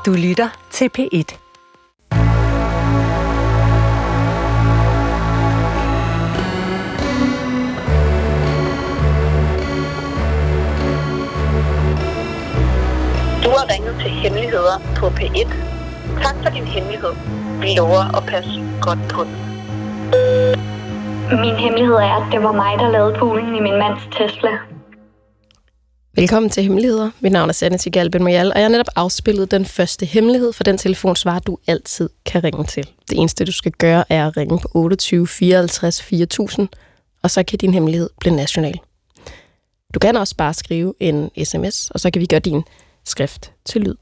Du lytter til P1. Du har ringet til Hemmeligheder på P1. Tak for din hemmelighed. Vi lover at passe godt på den. Min hemmelighed er, at det var mig, der lavede poolen i min mands Tesla. Velkommen til Hemmeligheder. Mit navn er Sanne Tigal Ben-Moyal, og jeg har netop afspillet den første hemmelighed for den telefonsvarer, du altid kan ringe til. Det eneste, du skal gøre, er at ringe på 28 54 4000, og så kan din hemmelighed blive national. Du kan også bare skrive en sms, og så kan vi gøre din skrift til lyd.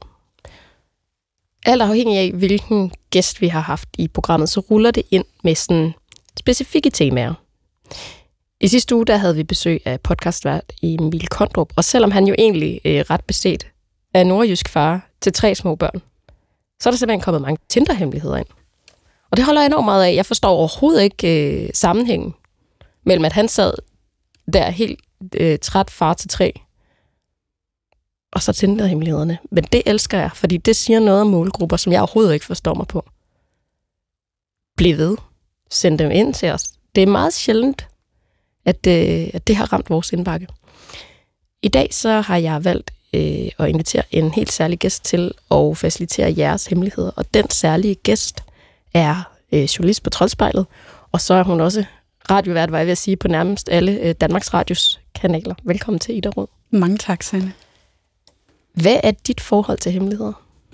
Alt afhængig af, hvilken gæst vi har haft i programmet, så ruller det ind med sådan specifikke temaer. I sidste uge der havde vi besøg af podcastvært Emil Kondrup, og selvom han jo egentlig ret beset er nordjysk far til 3 små børn, så er der simpelthen kommet mange Tinder-hemmeligheder ind. Og det holder jeg enormt meget af. Jeg forstår overhovedet ikke sammenhængen mellem, at han sad der helt træt far til 3, og så Tinder-hemmelighederne. Men det elsker jeg, fordi det siger noget om målgrupper, som jeg overhovedet ikke forstår mig på. Bliv ved. Send dem ind til os. Det er meget sjældent, at det har ramt vores indbakke. I dag så har jeg valgt at invitere en helt særlig gæst til at facilitere jeres hemmeligheder. Og den særlige gæst er journalist på Troldspejlet, og så er hun også radiovært, var jeg ved at sige, på nærmest alle Danmarks Radios kanaler. Velkommen til, Ida Rød. Mange tak, Sanne. Hvad er dit forhold til hemmeligheder?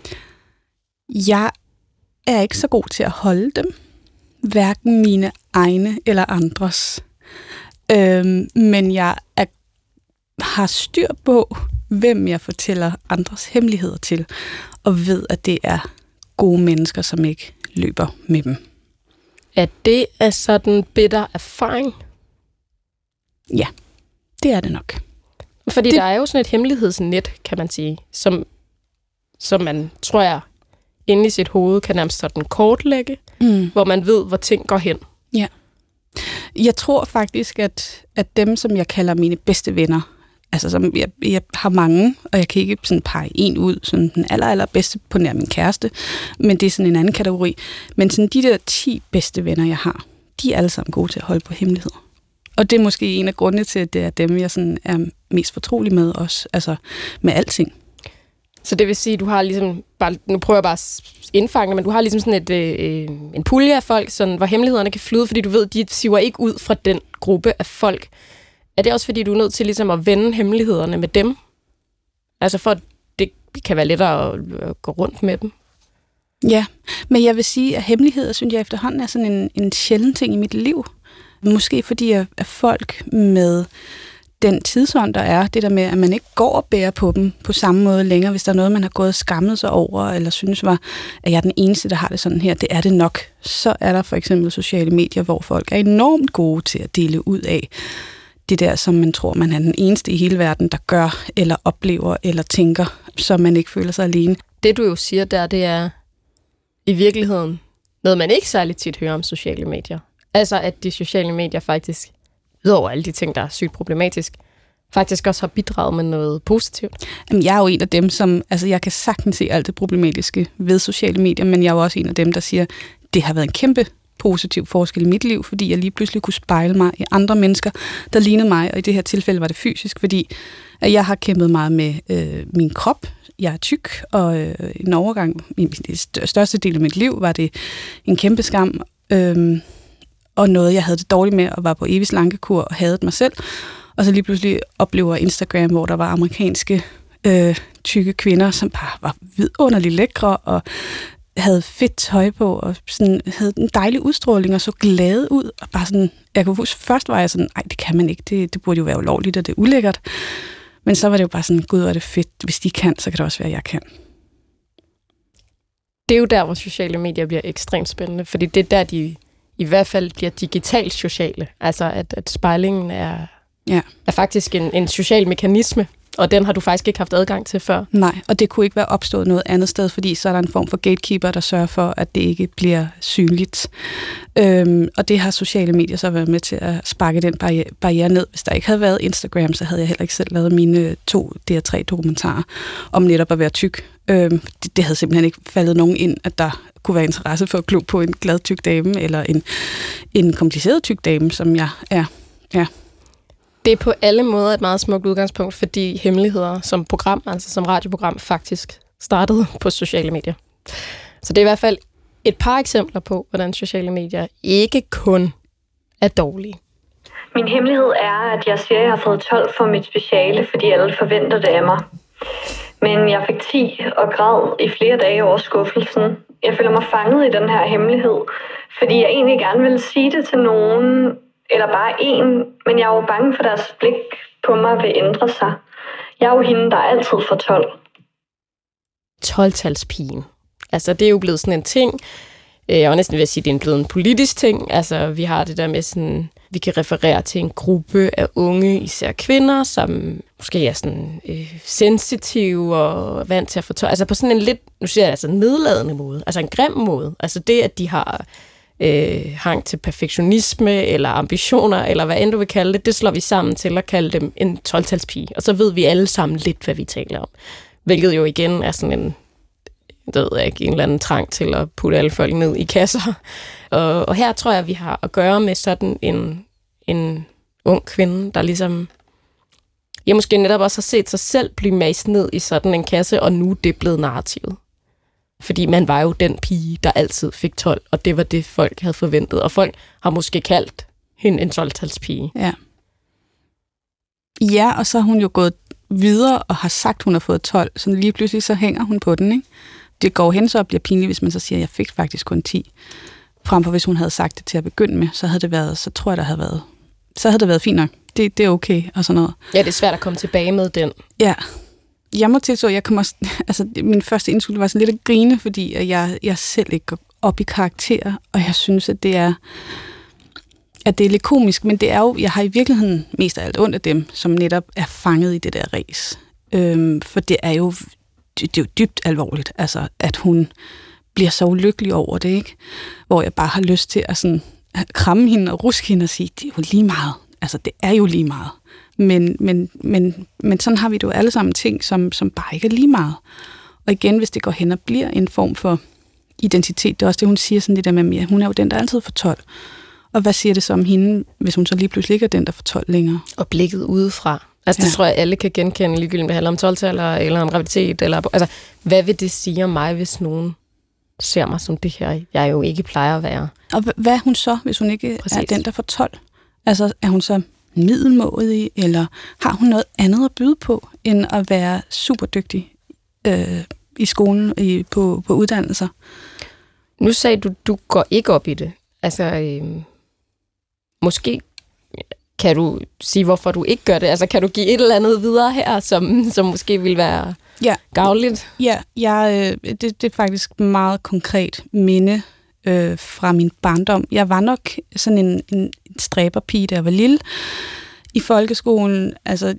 Jeg er ikke så god til at holde dem. Hverken mine egne eller andres. Men jeg har styr på, hvem jeg fortæller andres hemmeligheder til, og ved, at det er gode mennesker, som ikke løber med dem. Er det sådan bitter erfaring? Ja, det er det nok. Fordi der er jo sådan et hemmelighedsnet, kan man sige, som man, tror jeg, inde i sit hoved kan nærmest sådan kortlægge, hvor man ved, hvor ting går hen. Ja. Jeg tror faktisk, at dem, som jeg kalder mine bedste venner, altså som jeg har mange, og jeg kan ikke sådan pege en ud, sådan den allerbedste på nær min kæreste, men det er sådan en anden kategori. Men sådan de der 10 bedste venner, jeg har, de er alle sammen gode til at holde på hemmeligheder. Og det er måske en af grundene til, at det er dem, jeg sådan er mest fortrolig med også, altså med alting. Så det vil sige, at du har ligesom, nu prøver jeg bare at indfange, men du har ligesom sådan en pulje af folk, sådan, hvor hemmelighederne kan flyde, fordi du ved, de siver ikke ud fra den gruppe af folk. Er det også fordi, du er nødt til ligesom at vende hemmelighederne med dem? Altså for at det kan være lettere at gå rundt med dem? Ja, men jeg vil sige, at hemmeligheder, synes jeg efterhånden er sådan en sjælden ting i mit liv. Måske fordi at folk med den tidsånd, der er, det der med, at man ikke går og bærer på dem på samme måde længere, hvis der er noget, man har gået og skammet sig over, eller synes var, at jeg er den eneste, der har det sådan her, det er det nok. Så er der for eksempel sociale medier, hvor folk er enormt gode til at dele ud af det der, som man tror, man er den eneste i hele verden, der gør, eller oplever, eller tænker, så man ikke føler sig alene. Det du jo siger der, det er i virkeligheden noget, man ikke særlig tit hører om sociale medier. Altså, at de sociale medier faktisk, udover alle de ting, der er sygt problematisk, faktisk også har bidraget med noget positivt. Jamen, jeg er jo en af dem, som, altså jeg kan sagtens se alt det problematiske ved sociale medier, men jeg er jo også en af dem, der siger, det har været en kæmpe positiv forskel i mit liv, fordi jeg lige pludselig kunne spejle mig i andre mennesker, der lignede mig, og i det her tilfælde var det fysisk, fordi jeg har kæmpet meget med min krop. Jeg er tyk, og en overgang, i den største del af mit liv, var det en kæmpe skam, og noget, jeg havde det dårligt med, og var på evig slankekur og hadede mig selv. Og så lige pludselig oplever Instagram, hvor der var amerikanske tykke kvinder, som bare var vidunderligt lækre, og havde fedt tøj på, og sådan, havde en dejlig udstråling, og så glade ud. Og bare sådan, jeg kunne huske, først var jeg sådan, nej, det kan man ikke, det burde jo være ulovligt, og det er ulækkert. Men så var det jo bare sådan, gud, hvor er det fedt, hvis de kan, så kan det også være, at jeg kan. Det er jo der, hvor sociale medier bliver ekstremt spændende, fordi det er der, de i hvert fald bliver digitalt sociale. Altså, at spejlingen er faktisk en social mekanisme, og den har du faktisk ikke haft adgang til før. Nej, og det kunne ikke være opstået noget andet sted, fordi så er der en form for gatekeeper, der sørger for, at det ikke bliver synligt. Og det har sociale medier så været med til at sparke den barriere ned. Hvis der ikke havde været Instagram, så havde jeg heller ikke selv lavet mine 2 DR3-dokumentarer om netop at være tyk. Det havde simpelthen ikke faldet nogen ind, at der kunne være interesse for at glo på en glad tyk dame, eller en kompliceret tyk dame, som jeg er. Ja. Det er på alle måder et meget smukt udgangspunkt, fordi Hemmeligheder som program, altså som radioprogram, faktisk startede på sociale medier. Så det er i hvert fald et par eksempler på, hvordan sociale medier ikke kun er dårlige. Min hemmelighed er, at jeg siger, at jeg har fået 12 for mit speciale, fordi alle forventer det af mig. Men jeg fik 10 og græd i flere dage over skuffelsen. Jeg føler mig fanget i den her hemmelighed, fordi jeg egentlig gerne vil sige det til nogen, eller bare en, men jeg er jo bange for, at deres blik på mig vil ændre sig. Jeg er jo hende, der altid får 12. 12-talspigen. Altså, det er jo blevet sådan en ting. Jeg var næsten ved at sige, at det er blevet en politisk ting. Altså, vi har det der med sådan, vi kan referere til en gruppe af unge, især kvinder, som måske er sådan sensitive og vant til at få 12. Altså på sådan en lidt, nu siger jeg altså nedladende måde, altså en grim måde. Altså det, at de har hang til perfektionisme eller ambitioner, eller hvad end du vil kalde det, det slår vi sammen til at kalde dem en 12-talspige. Og så ved vi alle sammen lidt, hvad vi taler om. Hvilket jo igen er sådan en, det ved jeg ikke, en eller anden trang til at putte alle folk ned i kasser. Og her tror jeg, vi har at gøre med sådan en ung kvinde, der ligesom, jeg måske netop også har set sig selv blive mast ned i sådan en kasse, og nu er det blevet narrativet. Fordi man var jo den pige, der altid fik 12, og det var det, folk havde forventet. Og folk har måske kaldt hende en 12-talspige. Ja. Ja, og så har hun jo gået videre og har sagt, hun har fået 12, så lige pludselig så hænger hun på den, ikke? Det går hen så og bliver pinligt, hvis man så siger, at jeg fik faktisk kun 10. Frem for hvis hun havde sagt det til at begynde med, så havde det været, så tror jeg, så havde det været fint nok. Det er okay, og sådan noget. Ja, det er svært at komme tilbage med den. Ja. Jeg må tilstå, min første indskud var sådan lidt at grine, fordi at jeg selv ikke går op i karakterer, og jeg synes, at det er lidt komisk, men det er jo, jeg har i virkeligheden mest af alt ondt af dem, som netop er fanget i det der ræs. For det er jo dybt alvorligt, altså at hun bliver så ulykkelig over det, ikke? Hvor jeg bare har lyst til at sådan kramme hende og ruske hende og sige, det er jo lige meget. Altså, det er jo lige meget. Men sådan har vi det jo alle sammen ting, som bare ikke er lige meget. Og igen, hvis det går hen og bliver en form for identitet, det er også det, hun siger sådan det der med, at hun er jo den, der altid får 12. Og hvad siger det så om hende, hvis hun så lige pludselig ikke er den, der får 12 længere? Og blikket udefra. Altså, det tror jeg, alle kan genkende, ligegyldigt om det handler om 12-taller, eller om graviditet, eller altså, hvad vil det sige om mig, hvis nogen ser mig som det her, jeg jo ikke plejer at være? Og hvad er hun så, hvis hun ikke er den, der får 12? Altså, er hun så middelmådig, eller har hun noget andet at byde på, end at være super dygtig i skolen, på uddannelser? Nu sagde du går ikke op i det. Altså, måske kan du sige, hvorfor du ikke gør det? Altså, kan du give et eller andet videre her, som måske vil være gavnligt? Ja, det er faktisk meget konkret minde fra min barndom. Jeg var nok sådan en stræberpige, da jeg var lille i folkeskolen. Altså,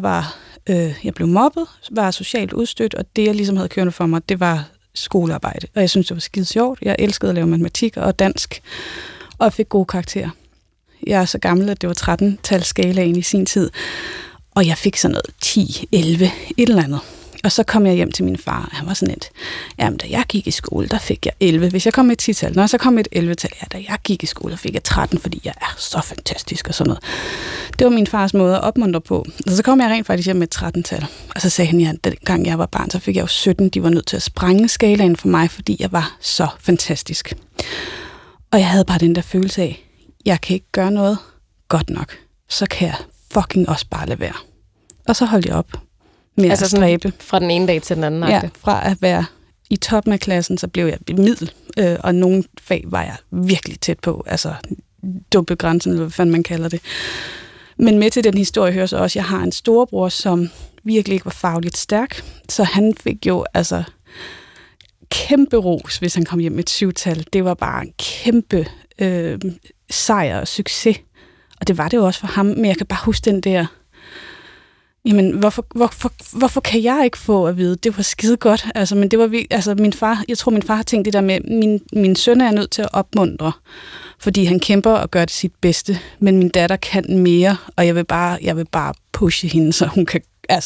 jeg blev mobbet, var socialt udstødt, og det, jeg ligesom havde kørende for mig, det var skolearbejde. Og jeg synes, det var skide sjovt. Jeg elskede at lave matematik og dansk, og jeg fik gode karakterer. Jeg er så gammel, at det var 13-talsskalaen i sin tid. Og jeg fik sådan noget 10, 11, et eller andet. Og så kom jeg hjem til min far. Han var sådan et, jamen da jeg gik i skole, der fik jeg 11. Hvis jeg kom med et 10-tal, når så kom med et 11-tal, ja, da jeg gik i skole, der fik jeg 13, fordi jeg er så fantastisk og sådan noget. Det var min fars måde at opmuntre på. Og så kom jeg rent faktisk hjem med et 13-tal. Og så sagde han, ja, dengang jeg var barn, så fik jeg jo 17. De var nødt til at sprænge skalaen for mig, fordi jeg var så fantastisk. Og jeg havde bare den der følelse af, jeg kan ikke gøre noget godt nok. Så kan jeg fucking også bare lade være. Og så holdt jeg op med at stræbe. Fra den ene dag til den anden? Ja, fra at være i toppen af klassen, så blev jeg middel. Og nogle fag var jeg virkelig tæt på. Altså dumpegrænsen, eller hvad fanden man kalder det. Men med til den historie hører så også, at jeg har en storebror, som virkelig ikke var fagligt stærk. Så han fik jo altså kæmpe ros, hvis han kom hjem med et 7-tal. Det var bare en kæmpe sejr og succes. Og det var det jo også for ham. Men jeg kan bare huske den der jamen, hvorfor kan jeg ikke få at vide? Det var skide godt. Altså, men det var min far, jeg tror, min far har tænkt det der med, min søn er nødt til at opmuntre, fordi han kæmper og gør det sit bedste, men min datter kan mere, og jeg vil bare pushe hende, så hun kan,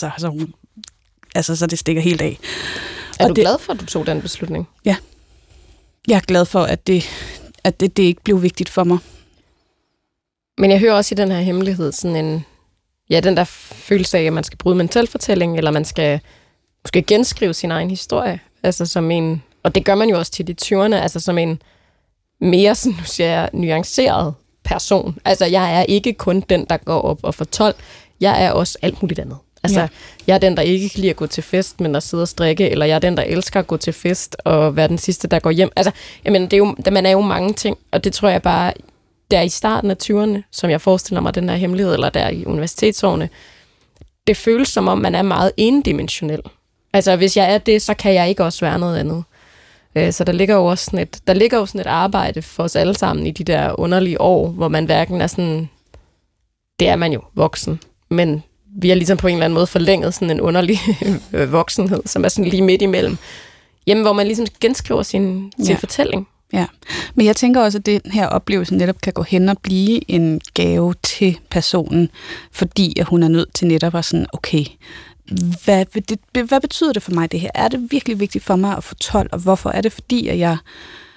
så det stikker helt af. Er du glad for, at du tog den beslutning? Ja. Jeg er glad for, at det ikke blev vigtigt for mig. Men jeg hører også i den her hemmelighed sådan den der følelse af, at man skal bryde med en selvfortælling, eller man skal måske genskrive sin egen historie. Altså som en, og det gør man jo også til de 20'erne, altså som en mere, sådan, nu siger jeg, nuanceret person. Altså jeg er ikke kun den, der går op og får 12. Jeg er også alt muligt andet. Altså, jeg er den, der ikke kan lide at gå til fest, men at sidde og strikke, eller jeg er den, der elsker at gå til fest og være den sidste, der går hjem. Altså, jamen, det er jo, man er jo mange ting, og det tror jeg bare, der i starten af 20'erne, som jeg forestiller mig, den her hemmelighed, eller der i universitetsårene, det føles som om, man er meget endimensionel. Altså, hvis jeg er det, så kan jeg ikke også være noget andet. Så der ligger jo også sådan et arbejde for os alle sammen i de der underlige år, hvor man hverken er sådan, det er man jo voksen, men vi har ligesom på en eller anden måde forlænget sådan en underlig voksenhed, som er sådan lige midt imellem. Jamen, hvor man ligesom genskriver sin fortælling. Ja, men jeg tænker også, at det her oplevelse netop kan gå hen og blive en gave til personen, fordi at hun er nødt til netop at sådan, okay, hvad betyder det for mig det her? Er det virkelig vigtigt for mig at få 12, og hvorfor er det fordi, at jeg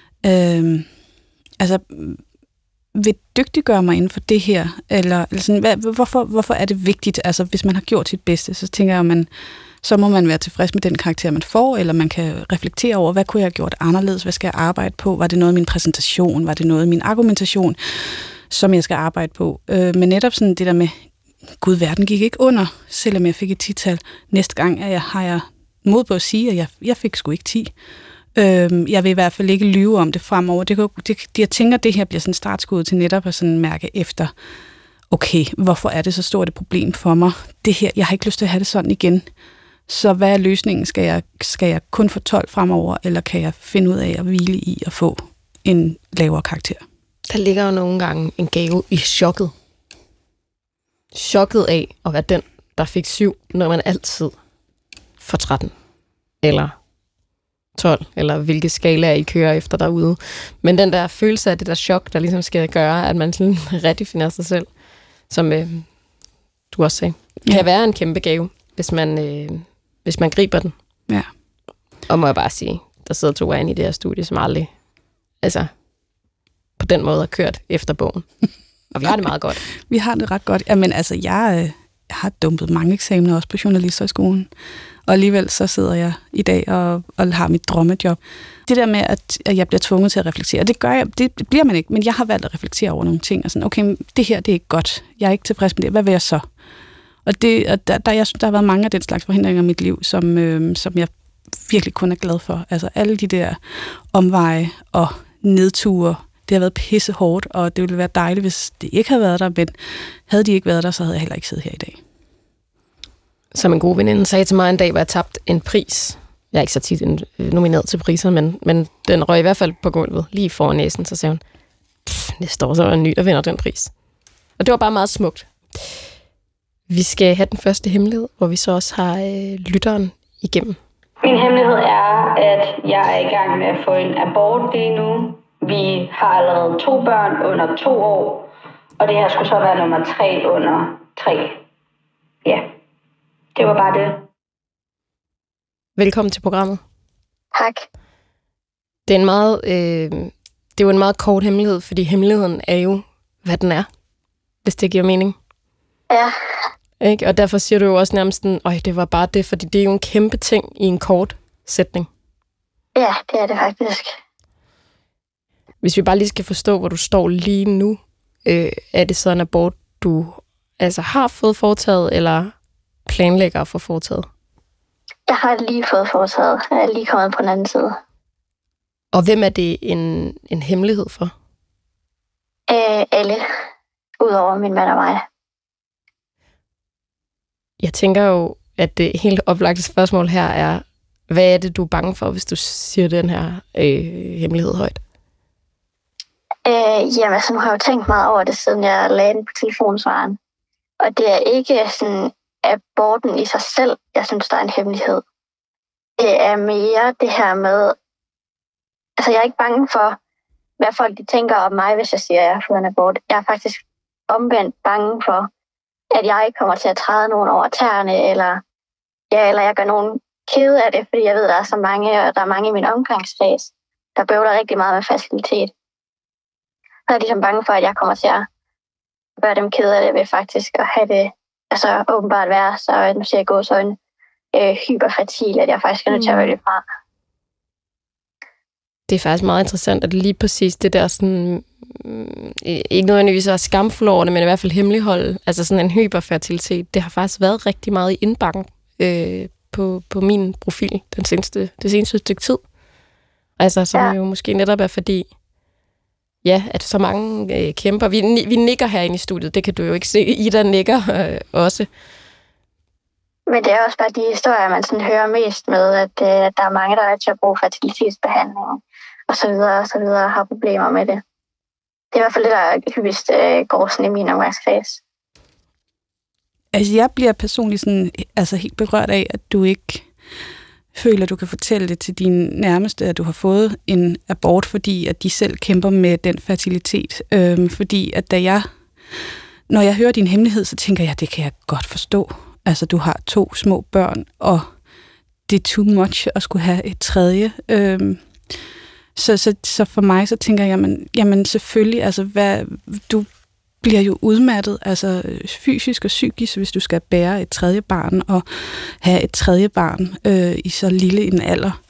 vil dygtiggøre mig inden for det her? Eller sådan, hvorfor er det vigtigt? Altså, hvis man har gjort sit bedste, så tænker jeg, så må man være tilfreds med den karakter, man får, eller man kan reflektere over, hvad kunne jeg have gjort anderledes? Hvad skal jeg arbejde på? Var det noget af min præsentation? Var det noget af min argumentation, som jeg skal arbejde på? Men netop sådan det der med, Gud, verden gik ikke under, selvom jeg fik et 10-tal. Næste gang har jeg mod på at sige, at jeg fik sgu ikke 10. Jeg vil i hvert fald ikke lyve om det fremover. Jeg tænker, at det her bliver sådan en startskud til netop at sådan mærke efter, okay, hvorfor er det så stort et problem for mig? Det her, jeg har ikke lyst til at have det sådan igen. Så hvad er løsningen? Skal jeg kun få 12 fremover, eller kan jeg finde ud af at hvile i at få en lavere karakter? Der ligger jo nogle gange en gave i chokket. Chokket af at være den, der fik 7, når man altid får 13. Eller 12, eller hvilke skalaer I kører efter derude. Men den der følelse af det der chok, der ligesom skal gøre, at man sådan redefinerer sig selv, som du også sagde, kan være en kæmpe gave, hvis man griber den. Ja. Og må jeg bare sige, der sidder 2 inde i det her studie, som aldrig, altså på den måde har kørt efter bogen. Og vi har det meget godt. Vi har det ret godt. Jamen altså, jeg har dumpet mange eksamener også på journalisterskolen. Og alligevel så sidder jeg i dag og har mit drømmejob. Det der med, at jeg bliver tvunget til at reflektere, det bliver man ikke, men jeg har valgt at reflektere over nogle ting. Og sådan, okay, det her, det er ikke godt. Jeg er ikke tilfreds med det. Hvad vil jeg så? Og der har været mange af den slags forhindringer i mit liv, som jeg virkelig kun er glad for. Altså alle de der omveje og nedture, det har været pisse hårdt, og det ville være dejligt, hvis det ikke havde været der, men havde de ikke været der, så havde jeg heller ikke siddet her i dag. Som en god veninde sagde til mig en dag, hvor jeg tabte en pris. Jeg er ikke så tit nomineret til priser, men den røg i hvert fald på gulvet, lige foran næsen, så sagde hun, næste år så er der en ny, der vinder den pris. Og det var bare meget smukt. Vi skal have den første hemmelighed, hvor vi så også har lytteren igennem. Min hemmelighed er, at jeg er i gang med at få en abort lige nu. Vi har allerede 2 børn under 2 år, og det her skulle så være nummer 3 under 3. Ja, det var bare det. Velkommen til programmet. Tak. Det er jo en meget kort hemmelighed, fordi hemmeligheden er jo, hvad den er, hvis det giver mening. Ja. Ikke? Og derfor siger du jo også nærmest sådan, det var bare det, fordi det er jo en kæmpe ting i en kort sætning. Ja, det er det faktisk. Hvis vi bare lige skal forstå, hvor du står lige nu, er det så en abort, du altså har fået foretaget, eller planlægger at få foretaget? Jeg har lige fået foretaget. Jeg er lige kommet på den anden side. Og hvem er det en hemmelighed for? Alle. Udover min mand og mig. Jeg tænker jo, at det helt oplagte spørgsmål her er, hvad er det, du er bange for, hvis du siger den her hemmelighed højt? Jamen, så har jeg jo tænkt meget over det, siden jeg lagde den på telefonsvaren. Og det er ikke sådan aborten i sig selv, jeg synes, der er en hemmelighed. Det er mere det her med, altså jeg er ikke bange for, hvad folk de tænker om mig, hvis jeg siger, at jeg har fået en abort. Jeg er faktisk omvendt bange for, at jeg ikke kommer til at træde nogen over tæerne, eller jeg gør nogen kede af det, fordi jeg ved, at der er så mange, og der er mange i min omgangskreds, der bøvler rigtig meget med facilitet. Så er jeg ligesom bange for, at jeg kommer til at gøre dem kede af det ved faktisk at have det, altså åbenbart være, så nu siger jeg gå sådan hyperfertil, at jeg faktisk er nødt til at vælge fra. Det er faktisk meget interessant, at lige præcis det der sådan, ikke nødvendigvis er skamfuld over det, men i hvert fald hemmelighold, altså sådan en hyperfertilitet, det har faktisk været rigtig meget i indbakken på min profil det seneste stykke tid. Altså, som jo måske netop er fordi, at så mange kæmper. Vi nikker herinde i studiet, det kan du jo ikke se. Ida nikker også. Men det er også bare de historier, man sådan hører mest med, at der er mange, der er til at bruge fertilitetsbehandling og så videre, har problemer med det. Det er i hvert fald det, der hyppigst går sådan i min omgangskreds. Altså, jeg bliver personligt sådan, altså helt berørt af, at du ikke føler, at du kan fortælle det til dine nærmeste, at du har fået en abort, fordi at de selv kæmper med den fertilitet. Fordi at når jeg hører din hemmelighed, så tænker jeg, det kan jeg godt forstå. Altså, du har 2 små børn, og det er too much at skulle have et tredje. Så for mig, så tænker jeg, jamen selvfølgelig, altså, du bliver jo udmattet, altså fysisk og psykisk, hvis du skal bære et tredje barn, og have et tredje barn i så lille en alder.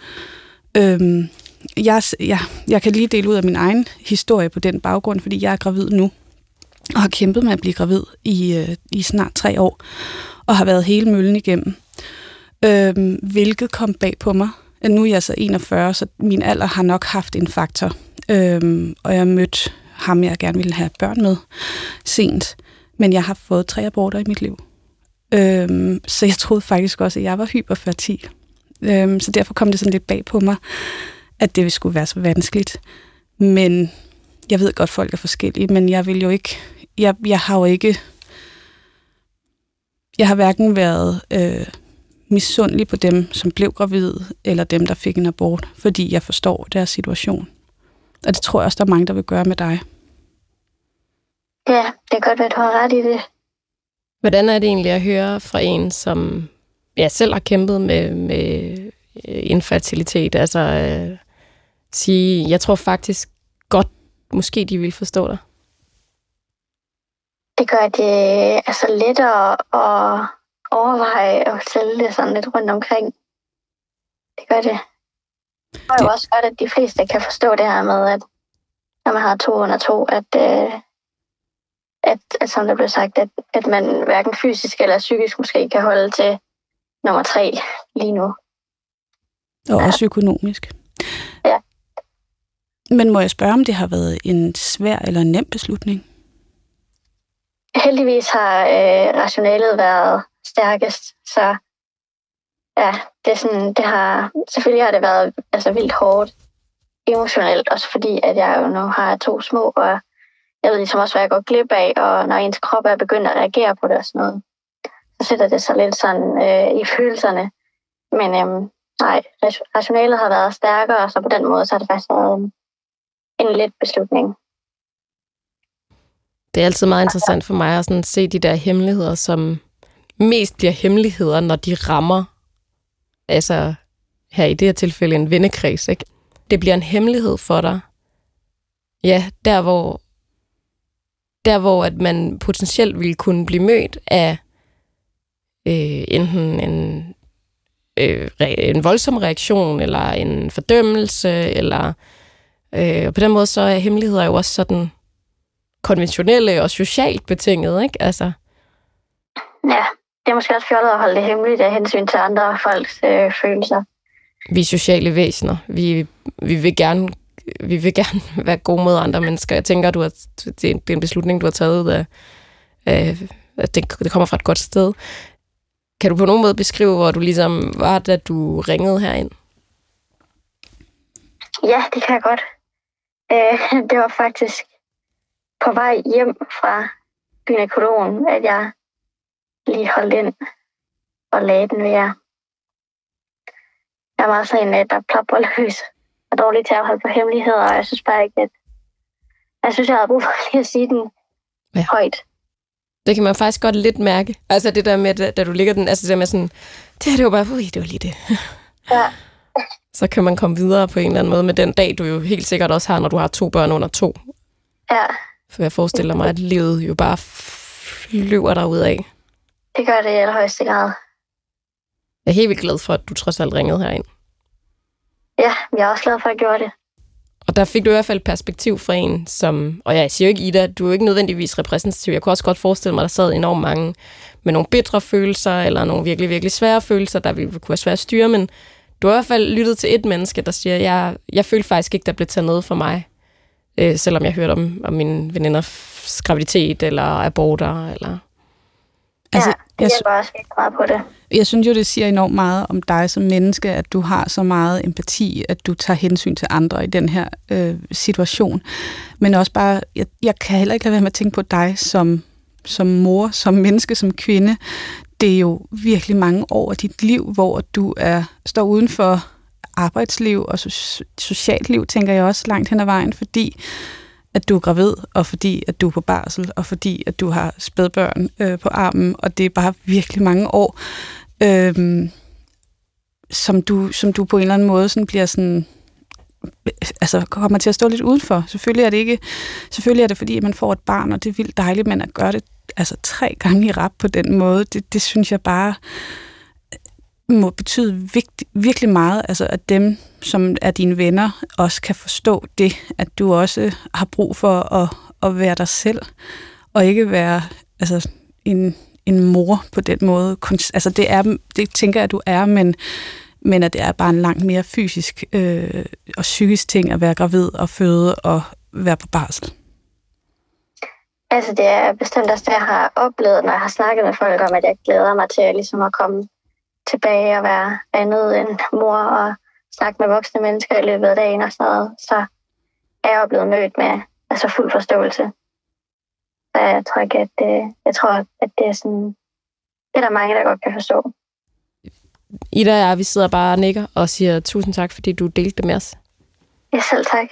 Jeg kan lige dele ud af min egen historie på den baggrund, fordi jeg er gravid nu, og har kæmpet med at blive gravid i snart 3 år, og har været hele møllen igennem. Hvilket kom bag på mig. Nu er jeg så 41, så min alder har nok haft en faktor. Og jeg mødte ham, jeg gerne ville have børn med, sent. Men jeg har fået 3 aborter i mit liv. Så jeg troede faktisk også, at jeg var hyperfertil. Så derfor kom det sådan lidt bag på mig, at det skulle være så vanskeligt. Men jeg ved godt, folk er forskellige, men jeg vil jo ikke... Jeg har hverken været misundelig på dem, som blev gravide, eller dem, der fik en abort, fordi jeg forstår deres situation. Og det tror jeg også, der er mange, der vil gøre med dig. Ja, det er godt, at du har ret i det. Hvordan er det egentlig at høre fra en, som selv har kæmpet med infertilitet? Altså sige, jeg tror faktisk godt, måske de vil forstå dig. Det gør det altså lettere at overveje og fortælle det sådan lidt rundt omkring. Det gør det. Jeg tror jo også godt, at de fleste kan forstå det her med, at når man har 2 under 2, at som der blev sagt, at man hverken fysisk eller psykisk måske kan holde til nummer 3 lige nu. Og også økonomisk. Ja. Men må jeg spørge, om det har været en svær eller nem beslutning? Heldigvis har rationalet været stærkest, så ja, selvfølgelig har det været altså vildt hårdt emotionelt, også fordi at jeg jo nu har 2 små, og jeg ved ligesom også, hvad jeg går glip af, og når ens krop er begyndt at reagere på det og sådan noget, så sætter det sig lidt sådan i følelserne. Men nej, rationalet har været stærkere, så på den måde, så har det faktisk været en let beslutning. Det er altid meget interessant for mig at sådan se de der hemmeligheder, som mest bliver hemmeligheder, når de rammer, altså her i det her tilfælde en vennekreds, ikke? Det bliver en hemmelighed for dig. Ja, der hvor at man potentielt ville kunne blive mødt af enten en voldsom reaktion, eller en fordømmelse, eller på den måde så er hemmeligheder jo også sådan konventionelle og socialt betinget, ikke? Altså. Ja, det er måske også fjollet at holde det hemmeligt af hensyn til andre folks følelser. Vi er sociale væsener. Vi vil gerne være gode mod andre mennesker. Jeg tænker, det er en beslutning, du har taget at det kommer fra et godt sted. Kan du på nogen måde beskrive, hvor du ligesom var, da du ringede herind? Ja, det kan jeg godt. Det var faktisk på vej hjem fra gynækologen, at jeg lige holdt ind. og lagde den ved jer. Jeg er meget sådan en, der plopper løs og dårlig til at holde på hemmeligheder, og jeg synes bare ikke, at jeg havde brug for lige at sige den højt. Det kan man faktisk godt lidt mærke. Altså det der med, da du ligger den, altså det der med sådan, det var bare, det var lige det. Ja. Så kan man komme videre på en eller anden måde med den dag, du jo helt sikkert også har, når du har 2 børn under 2. Ja. For jeg forestiller mig, at livet jo bare flyver derudad. Det gør det i allerhøjeste grad. Jeg er helt vildt glad for, at du trods alt ringede herind. Ja, jeg er også glad for, at jeg gjorde det. Og der fik du i hvert fald perspektiv fra en, som... Og jeg siger jo ikke, Ida, du er jo ikke nødvendigvis repræsentativ. Jeg kunne også godt forestille mig, at der sad enormt mange med nogle bitre følelser, eller nogle virkelig, virkelig svære følelser, der ville kunne være svære at styre, men du har i hvert fald lyttet til et menneske, der siger, jeg følte faktisk ikke, der blev taget noget for mig, selvom jeg hørte om min veninders graviditet, eller aborter, eller... Altså, det hjælper også virkelig meget på det. Jeg synes jo, det siger enormt meget om dig som menneske, at du har så meget empati, at du tager hensyn til andre i den her situation. Men også bare, jeg kan heller ikke lade være med at tænke på dig som mor, som menneske, som kvinde. Det er jo virkelig mange år af dit liv, hvor du står uden for arbejdsliv og socialt liv, tænker jeg også langt hen ad vejen, fordi at du er gravid, og fordi at du er på barsel, og fordi at du har spædbørn på armen, og det er bare virkelig mange år, som du på en eller anden måde sådan bliver sådan, altså kommer til at stå lidt udenfor. Selvfølgelig er det fordi, at man får et barn, og det er vildt dejligt, men at gøre det altså 3 gange i rap på den måde, det synes jeg bare må betyde virkelig meget, altså at dem, som er dine venner, også kan forstå det, at du også har brug for at være dig selv, og ikke være altså en mor på den måde. Altså det tænker jeg, at du er, men at det er bare en langt mere fysisk og psykisk ting at være gravid og føde og være på barsel. Altså det er bestemt også det, jeg har oplevet, når jeg har snakket med folk om, at jeg glæder mig til ligesom at komme tilbage og være andet end mor og snakke med voksne mennesker i løbet af dagen og sådan noget, så er jeg blevet mødt med altså fuld forståelse. Så jeg tror ikke, at det er sådan, det er der mange, der godt kan forstå. Ida og jeg, vi sidder bare og nikker og siger tusind tak, fordi du delte det med os. Ja, selv tak.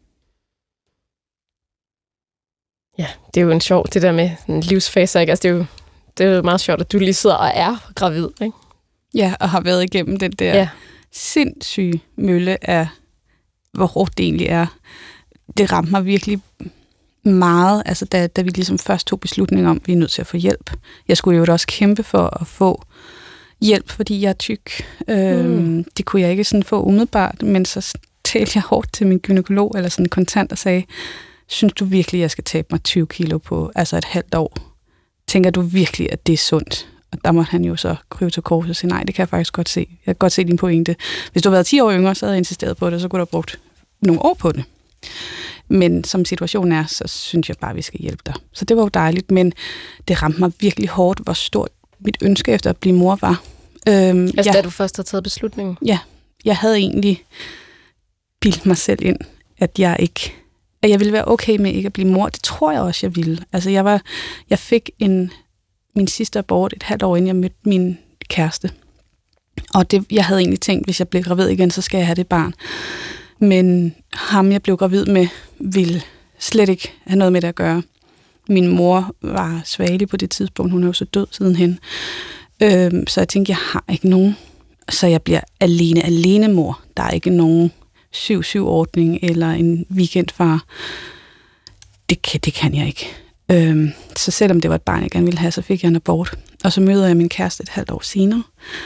Ja, det er jo en sjov, det der med en livsfase, ikke? Altså, det er jo meget sjovt, at du lige sidder og er gravid, ikke? Ja, og har været igennem den der sindssyge mølle af, hvor hårdt det egentlig er. Det ramte mig virkelig meget, altså da vi ligesom først tog beslutningen om, at vi er nødt til at få hjælp. Jeg skulle jo også kæmpe for at få hjælp, fordi jeg er tyk. Det kunne jeg ikke sådan få umiddelbart, men så talte jeg hårdt til min gynækolog, eller sådan kontant, og sagde, synes du virkelig, at jeg skal tabe mig 20 kilo på altså et halvt år? Tænker du virkelig, at det er sundt? Og der må han jo så krybe til kors og sige, nej, det kan jeg faktisk godt se. Jeg kan godt se din pointe. Hvis du havde været 10 år yngre, så havde jeg insisteret på det, så kunne du have brugt nogle år på det. Men som situationen er, så synes jeg bare, at vi skal hjælpe dig. Så det var jo dejligt, men det ramte mig virkelig hårdt, hvor stort mit ønske efter at blive mor var. Da du først har taget beslutningen? Ja, jeg havde egentlig bildt mig selv ind, at jeg ville være okay med ikke at blive mor. Det tror jeg også, jeg ville. Altså, jeg fik min sidste abort et halvt år, inden jeg mødte min kæreste. Og jeg havde egentlig tænkt, hvis jeg blev gravid igen, så skal jeg have det barn. Men ham, jeg blev gravid med, ville slet ikke have noget med det at gøre. Min mor var svagelig på det tidspunkt. Hun er jo så død sidenhen. Så jeg tænkte, jeg har ikke nogen. Så jeg bliver alene mor. Der er ikke nogen 7-7-ordning eller en weekendfar. Det kan jeg ikke. Så selvom det var et barn, jeg gerne ville have, så fik jeg en abort. Og så møder jeg min kæreste et halvt år senere.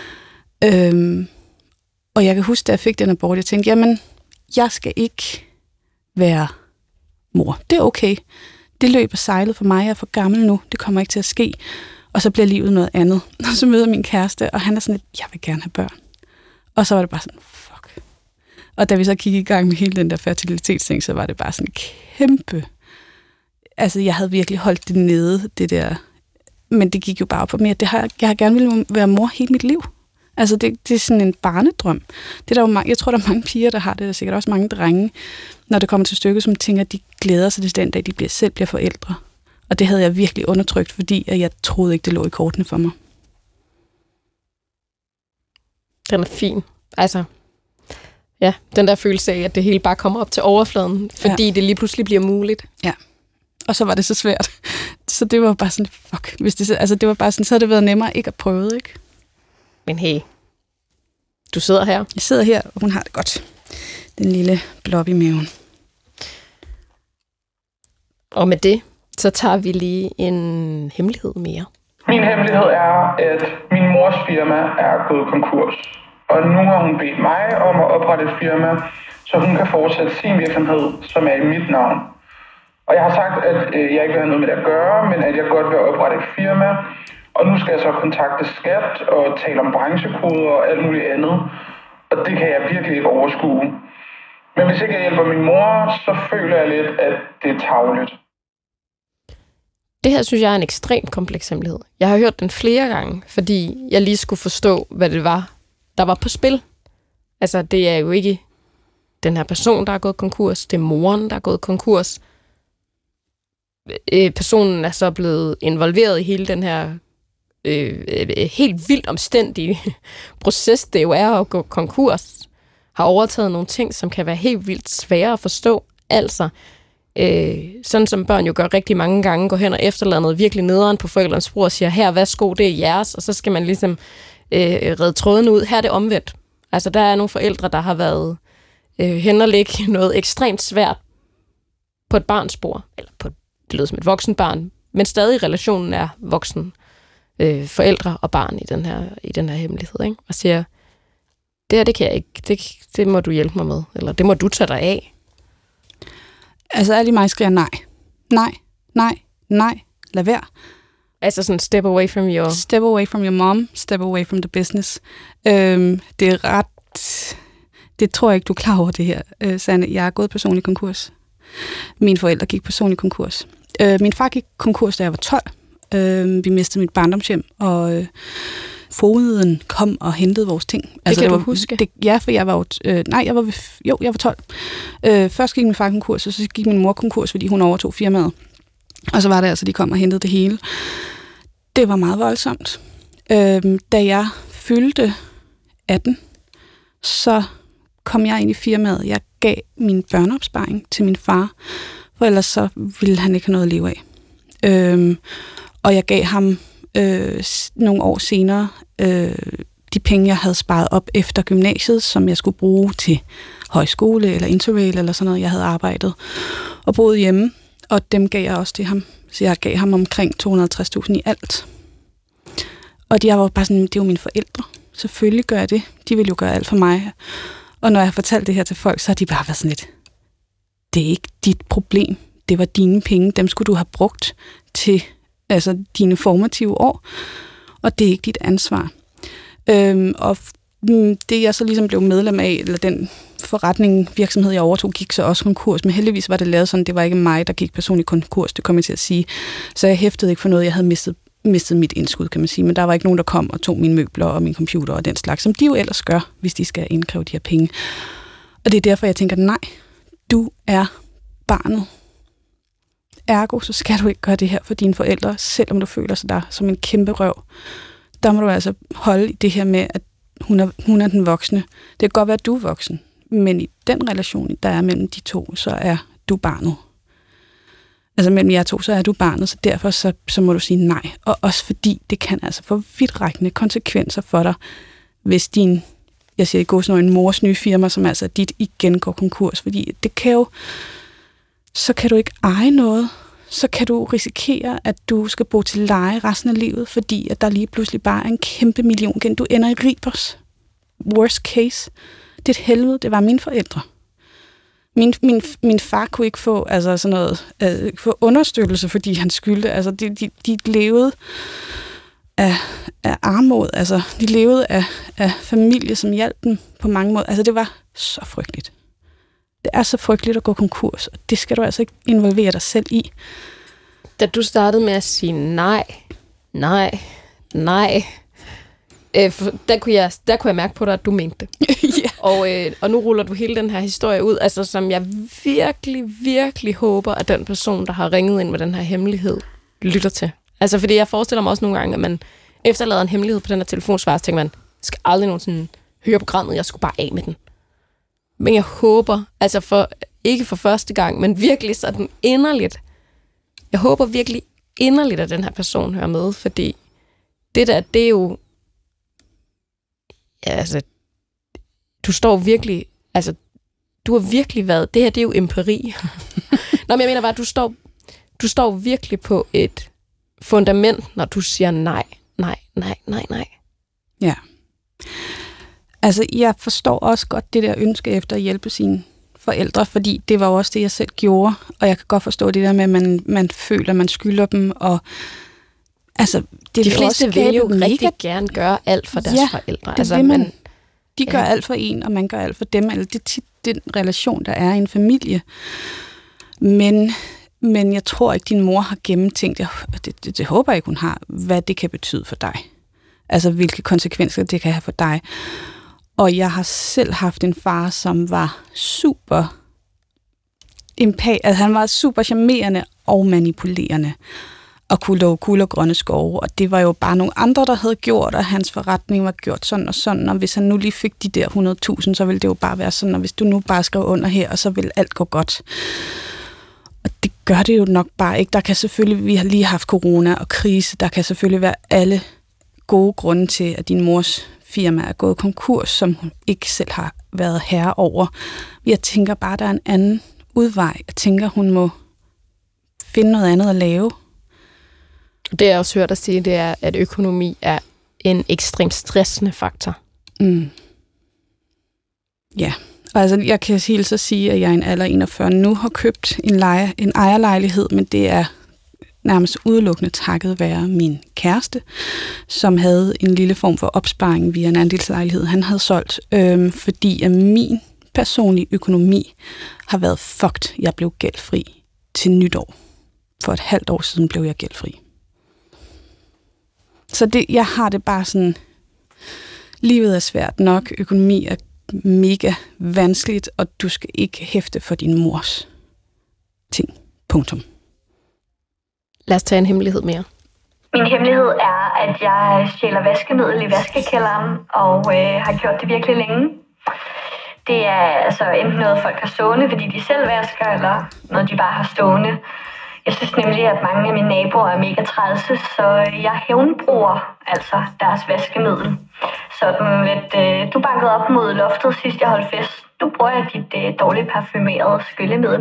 Og jeg kan huske, da jeg fik den abort, jeg tænkte, jamen, jeg skal ikke være mor. Det er okay. Det løb og sejlede for mig. Jeg er for gammel nu. Det kommer ikke til at ske. Og så bliver livet noget andet. Og så møder min kæreste, og han er sådan lidt, jeg vil gerne have børn. Og så var det bare sådan, fuck. Og da vi så kiggede i gang med hele den der fertilitetsting, så var det bare sådan kæmpe. Altså, jeg havde virkelig holdt det nede, det der. Men det gik jo bare på mere. Jeg har gerne ville være mor hele mit liv. Altså, det er sådan en barnedrøm. Det er der jo jeg tror, der er mange piger, der har det. Der er sikkert også mange drenge, når det kommer til stykket, som tænker, at de glæder sig til den dag, de selv bliver forældre. Og det havde jeg virkelig undertrykt, fordi jeg troede ikke, det lå i kortene for mig. Den er fin. Altså, ja, den der følelse af, at det hele bare kommer op til overfladen, fordi det lige pludselig bliver muligt. Ja. Og så var det så svært. Så det var bare sådan, fuck. Hvis det, altså det var bare sådan, så havde det været nemmere ikke at prøve, ikke? Men hey, du sidder her. Jeg sidder her, og hun har det godt. Den lille blob i maven. Og med det, så tager vi lige en hemmelighed mere. Min hemmelighed er, at min mors firma er gået konkurs. Og nu har hun bedt mig om at oprette et firma, så hun kan fortsætte sin virksomhed, som er i mit navn. Og jeg har sagt, at jeg ikke vil have noget med det at gøre, men at jeg godt vil oprette et firma. Og nu skal jeg så kontakte skat og tale om branchekoder og alt muligt andet. Og det kan jeg virkelig ikke overskue. Men hvis ikke jeg hjælper min mor, så føler jeg lidt, at det er tarveligt. Det her synes jeg er en ekstremt kompleks hemmelighed. Jeg har hørt den flere gange, fordi jeg lige skulle forstå, hvad det var, der var på spil. Altså, det er jo ikke den her person, der er gået konkurs. Det er moren, der er gået konkurs. Personen er så blevet involveret i hele den her helt vildt omstændige proces, det jo er at gå konkurs. Har overtaget nogle ting, som kan være helt vildt svære at forstå. Altså, sådan som børn jo gør rigtig mange gange, går hen og efterlader noget virkelig nederen på forældrenes spor og siger, her, værsgo, det er jeres, og så skal man ligesom redde tråden ud. Her er det omvendt. Altså, der er nogle forældre, der har været hen og lægge noget ekstremt svært på et barns spor, eller på det lyder som et voksen barn, men stadig relationen er voksen forældre og barn i den her hemmelighed, ikke? Og siger, det her, det kan jeg ikke, det må du hjælpe mig med, eller det må du tage dig af. Altså, alle i mig skriger nej. Nej, nej, nej, lad være. Altså sådan step away from your... Step away from your mom, step away from the business. Det er ret... Det tror jeg ikke, du er klar over det her, Sanne. Jeg er gået personlig konkurs. Mine forældre gik personlig konkurs. Min far gik konkurs, da jeg var 12. Vi mistede mit barndomshjem, og fogeden kom og hentede vores ting. Altså, kan du huske? Ja, for jeg var jo... jeg var 12. Først gik min far konkurs, og så gik min mor konkurs, fordi hun overtog firmaet. Og så var det altså, de kom og hentede det hele. Det var meget voldsomt. Da jeg fyldte 18, så kom jeg ind i firmaet. Jeg gav min børneopsparing til min far, for ellers så ville han ikke have noget at leve af. Og jeg gav ham nogle år senere de penge, jeg havde sparet op efter gymnasiet, som jeg skulle bruge til højskole eller interrail eller sådan noget. Jeg havde arbejdet og boet hjemme, og dem gav jeg også til ham. Så jeg gav ham omkring 250.000 i alt. Og de var bare sådan, det er jo mine forældre. Selvfølgelig gør jeg det. De vil jo gøre alt for mig. Og når jeg har fortalt det her til folk, så har de bare været sådan lidt, det er ikke dit problem. Det var dine penge. Dem skulle du have brugt til dine formative år. Og det er ikke dit ansvar. Og det jeg så ligesom blev medlem af, eller den virksomhed jeg overtog, gik så også konkurs. Men heldigvis var det lavet sådan, det var ikke mig, der gik personligt konkurs, det kommer jeg til at sige. Så jeg hæftede ikke for noget, jeg havde mistet mit indskud, kan man sige. Men der var ikke nogen, der kom og tog mine møbler og min computer og den slags, som de jo ellers gør, hvis de skal indkræve de her penge. Og det er derfor, jeg tænker, nej, du er barnet. Ergo, så skal du ikke gøre det her for dine forældre, selvom du føler sig der som en kæmpe røv. Der må du altså holde i det her med, at hun er den voksne. Det kan godt være, at du er voksen, men i den relation, der er mellem de to, så er du barnet. Altså mellem jer to, så er du barnet, så derfor så må du sige nej. Og også fordi det kan altså få vidtrækkende konsekvenser for dig, hvis jeg siger i går sådan en mors nye firma, som altså dit igen går konkurs, fordi det kan jo, så kan du ikke eje noget, så kan du risikere, at du skal bo til leje resten af livet, fordi at der lige pludselig bare er en kæmpe million igen. Du ender i Ribers. Worst case. Det er et helvede. Det var mine forældre. Min far kunne ikke få sådan noget, få understøttelse, fordi han skyldte. Altså, de levede af armod. Altså, de levede af familie, som hjalp dem på mange måder. Altså, det var så frygteligt. Det er så frygteligt at gå konkurs, og det skal du altså ikke involvere dig selv i. Da du startede med at sige nej, der kunne jeg mærke på dig, at du mente det. Yeah. Og nu ruller du hele den her historie ud, altså som jeg virkelig, virkelig håber, at den person, der har ringet ind med den her hemmelighed, lytter til. Altså fordi jeg forestiller mig også nogle gange, at man efterlader en hemmelighed på den her telefonsvar, så tænker man, skal aldrig nogensinde høre programmet, jeg skulle bare af med den. Men jeg håber, altså ikke for første gang, men virkelig sådan inderligt. Jeg håber virkelig inderligt, at den her person hører med, fordi det er jo... Ja, altså, du står virkelig... Altså, du har virkelig været... Det her, det er jo empiri. Nå, men jeg mener bare, du står virkelig på et fundament, når du siger nej. Ja. Altså, jeg forstår også godt det der ønske efter at hjælpe sine forældre, fordi det var også det, jeg selv gjorde, og jeg kan godt forstå det der med, at man føler, at man skylder dem, og altså, det de fleste vil jo rigtig gerne gøre alt for deres forældre. Det altså, man. De gør alt for en, og man gør alt for dem, eller det er tit den relation, der er i en familie. Men jeg tror ikke, din mor har gennemtænkt, det håber jeg ikke, hun har, hvad det kan betyde for dig. Altså, hvilke konsekvenser det kan have for dig. Og jeg har selv haft en far, som var super han var super charmerende og manipulerende, og kunne love guld og grønne skove. Og det var jo bare nogle andre, der havde gjort, og hans forretning var gjort sådan og sådan. Og hvis han nu lige fik de der 100.000, så ville det jo bare være sådan, og hvis du nu bare skrev under her, og så ville alt gå godt. Og det gør det jo nok bare ikke. Der kan selvfølgelig, vi har lige haft corona og krise, der kan selvfølgelig være alle gode grunde til, at din mors firma er gået konkurs, som hun ikke selv har været herre over. Jeg tænker bare, der er en anden udvej. Jeg tænker, hun må finde noget andet at lave. Det jeg også hørt dig sige, det er, at økonomi er en ekstremt stressende faktor. Mm. Ja, altså jeg kan helt så sige, at jeg i en alder 41 nu har købt en ejerlejlighed, men det er nærmest udelukkende takket være min kæreste, som havde en lille form for opsparing via en andelslejlighed, han havde solgt, fordi at min personlige økonomi har været fucked. Jeg blev gældfri til nytår. For et halvt år siden blev jeg gældfri. Så jeg har det bare sådan, livet er svært nok, økonomi er mega vanskeligt, og du skal ikke hæfte for din mors ting. Punktum. Lad os tage en hemmelighed mere. Min hemmelighed er, at jeg stjæler vaskemiddel i vaskekælderen, og har gjort det virkelig længe. Det er altså enten noget, folk har stående, fordi de selv vasker, eller noget, de bare har stående. Jeg synes nemlig, at mange af mine naboer er mega trælse, så jeg hævnbruger altså deres vaskemiddel. Sådan lidt, du bankede op mod loftet sidst jeg holdt fest. Nu bruger jeg dit dårligt parfumerede skyllemiddel.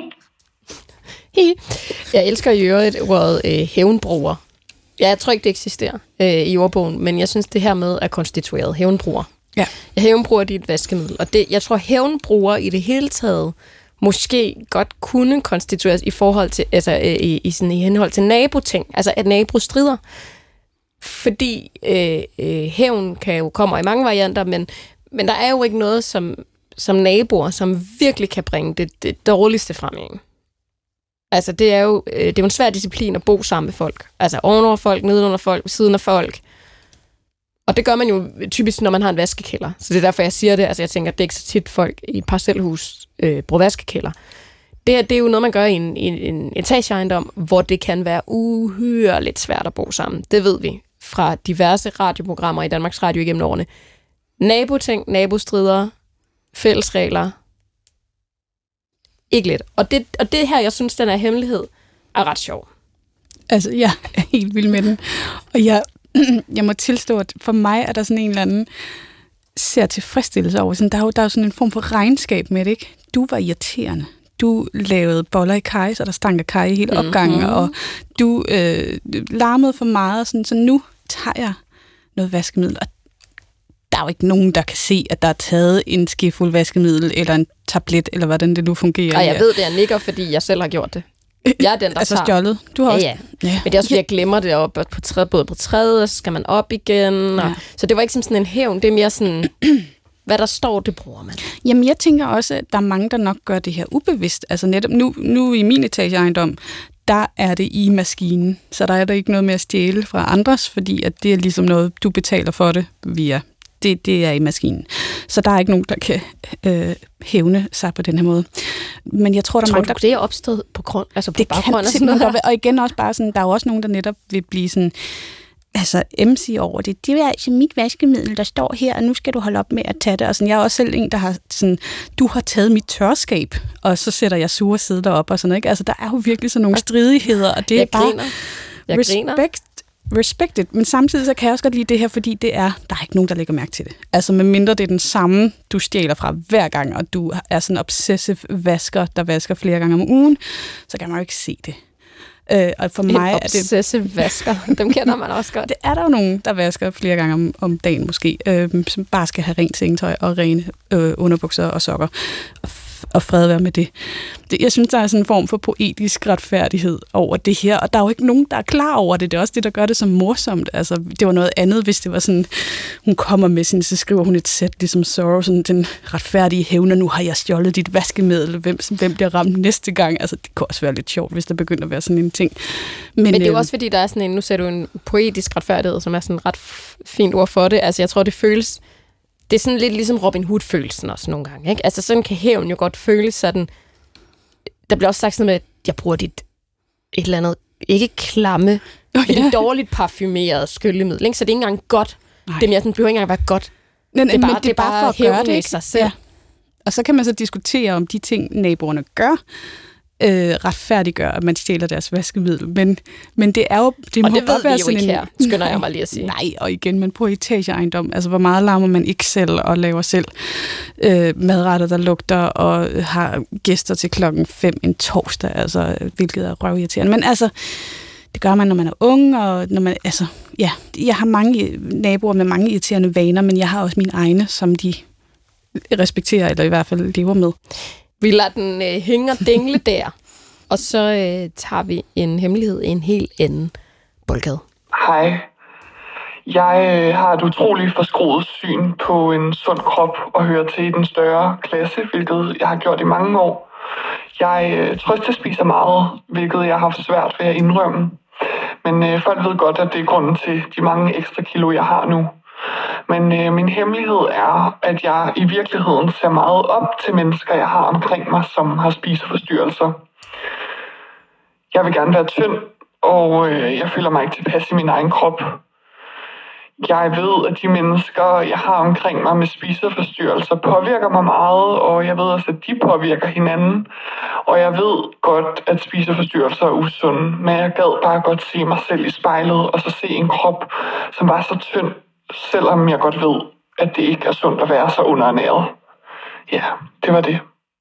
Jeg elsker i øvrigt ordet hævnbruger. Jeg tror ikke, det eksisterer i ordbogen, men jeg synes, det her med er konstitueret hævnbruger. Ja. Jeg hævnbruger dit vaskemiddel, og jeg tror, hævnbruger i det hele taget måske godt kunne konstitueres i forhold til, altså i henhold til naboting, altså at nabo strider. Fordi hævn kan jo komme i mange varianter, men der er jo ikke noget som naboer, som virkelig kan bringe det dårligste frem i en. Altså det er jo en svær disciplin at bo sammen med folk. Altså ovenover folk, nedenunder folk, siden af folk. Og det gør man jo typisk, når man har en vaskekælder. Så det er derfor, jeg siger det. Altså jeg tænker, at det er ikke så tit folk i et parcelhus bruger vaskekælder. Det er jo noget, man gør i en etageejendom, hvor det kan være uhyrligt svært at bo sammen. Det ved vi fra diverse radioprogrammer i Danmarks Radio igennem årene. Naboting, nabostrider, fællesregler. Ikke lidt. Og det her, jeg synes, den her hemmelighed er ret sjov. Altså, jeg er helt vild med den. Og jeg må tilstå, at for mig er der sådan en eller anden ser tilfredsstillelse over. Sådan, der er jo sådan en form for regnskab med det, ikke? Du var irriterende. Du lavede boller i kaj, så der stank af kaj i hele opgangen, og du larmede for meget, sådan, så nu tager jeg noget vaskemiddel. Og der er jo ikke nogen, der kan se, at der er taget en skefuld vaskemiddel, eller en tablet, eller hvordan det nu fungerer. Og jeg ved det, jeg nikker, fordi jeg selv har gjort det. Jeg er den, der altså tager. stjålet. Du har også. Ja. Men det er også, fordi jeg glemmer det op på træet, både på træet, og så skal man op igen. Og, så det var ikke sådan en hævn, det er mere sådan, hvad der står, det bruger man. Jamen, jeg tænker også, at der er mange, der nok gør det her ubevidst. Altså netop nu i min etageejendom, der er det i maskinen. Så der er der ikke noget med at stjæle fra andres, fordi at det er ligesom noget, du betaler for det via. Det er i maskinen. Så der er ikke nogen, der kan hævne sig på den her måde. Men jeg tror, der er mange, det er opstået på grund, altså på det baggrund af sådan noget. Og igen også bare sådan, der er jo også nogen, der netop vil blive sådan, altså MC over det. Det er altså mit vaskemiddel, der står her, og nu skal du holde op med at tage det. Og sådan, jeg er også selv en, der har sådan, du har taget mit tørskab, og så sætter jeg sure sider op og sådan noget. Ikke? Altså, der er jo virkelig sådan nogle stridigheder, og det er bare respected. Men samtidig så kan jeg også godt lide det her, fordi der er ikke nogen, der lægger mærke til det. Altså, medmindre det er den samme, du stjæler fra hver gang, og du er sådan en obsessive vasker, der vasker flere gange om ugen, så kan man jo ikke se det. Og for mig obsessive vasker, dem kender man også godt. Det er der jo nogen, der vasker flere gange om dagen måske, som bare skal have rent sengetøj og rene underbukser og sokker. Og fred være med det. Jeg synes, der er sådan en form for poetisk retfærdighed over det her, og der er jo ikke nogen, der er klar over det. Det er også det, der gør det så morsomt. Altså, det var noget andet, hvis det var sådan, hun kommer med sin, så skriver hun et sæt, ligesom Sorrow, sådan den retfærdige hævner, nu har jeg stjålet dit vaskemiddel, hvem bliver ramt næste gang? Altså, det kunne også være lidt sjovt, hvis der begynder at være sådan en ting. Men det er jo også, fordi der er sådan en, nu ser du en poetisk retfærdighed, som er sådan et ret fint ord for det. Altså, jeg tror, det føles. Det er sådan lidt ligesom Robin Hood-følelsen også nogle gange, ikke? Altså, sådan kan hævn jo godt føles sådan. Der bliver også sagt sådan med, at jeg bruger dit et eller andet, ikke klamme, men dårligt parfumeret skyllemiddel, ikke? Så det er ikke engang godt. Det behøver ikke engang være godt. Det er bare for at gøre det, ikke? Sig selv. Ja. Og så kan man så diskutere, om de ting, naboerne gør, retfærdiggør, at man stjæler deres vaskemiddel. Men det er jo... Det og må det ved være vi jo ikke her, skynder jeg mig lige at sige. Nej, og igen, man på etageejendom. Altså, hvor meget larmer man ikke selv og laver selv madretter, der lugter, og har gæster til 5:00 en torsdag, altså, hvilket er røvirriterende. Men altså, det gør man, når man er ung, og når man... Altså, ja, jeg har mange naboer med mange irriterende vaner, men jeg har også mine egne, som de respekterer, eller i hvert fald lever med. Vi lader den hænge og dingle der, og så tager vi en hemmelighed i en helt anden boldgade. Hej. Jeg har et utroligt forskruet syn på en sund krop og hører til i den større klasse, hvilket jeg har gjort i mange år. Jeg trøstespiser meget, hvilket jeg har haft svært ved at indrømme. Men folk ved godt, at det er grunden til de mange ekstra kilo, jeg har nu. Men min hemmelighed er, at jeg i virkeligheden ser meget op til mennesker, jeg har omkring mig, som har spiseforstyrrelser. Jeg vil gerne være tynd, og jeg føler mig ikke tilpas i min egen krop. Jeg ved, at de mennesker, jeg har omkring mig med spiseforstyrrelser, påvirker mig meget, og jeg ved også, at de påvirker hinanden. Og jeg ved godt, at spiseforstyrrelser er usunde, men jeg gad bare godt se mig selv i spejlet, og så se en krop, som var så tynd, selvom jeg godt ved, at det ikke er sundt at være så underernæret. Ja, det var det.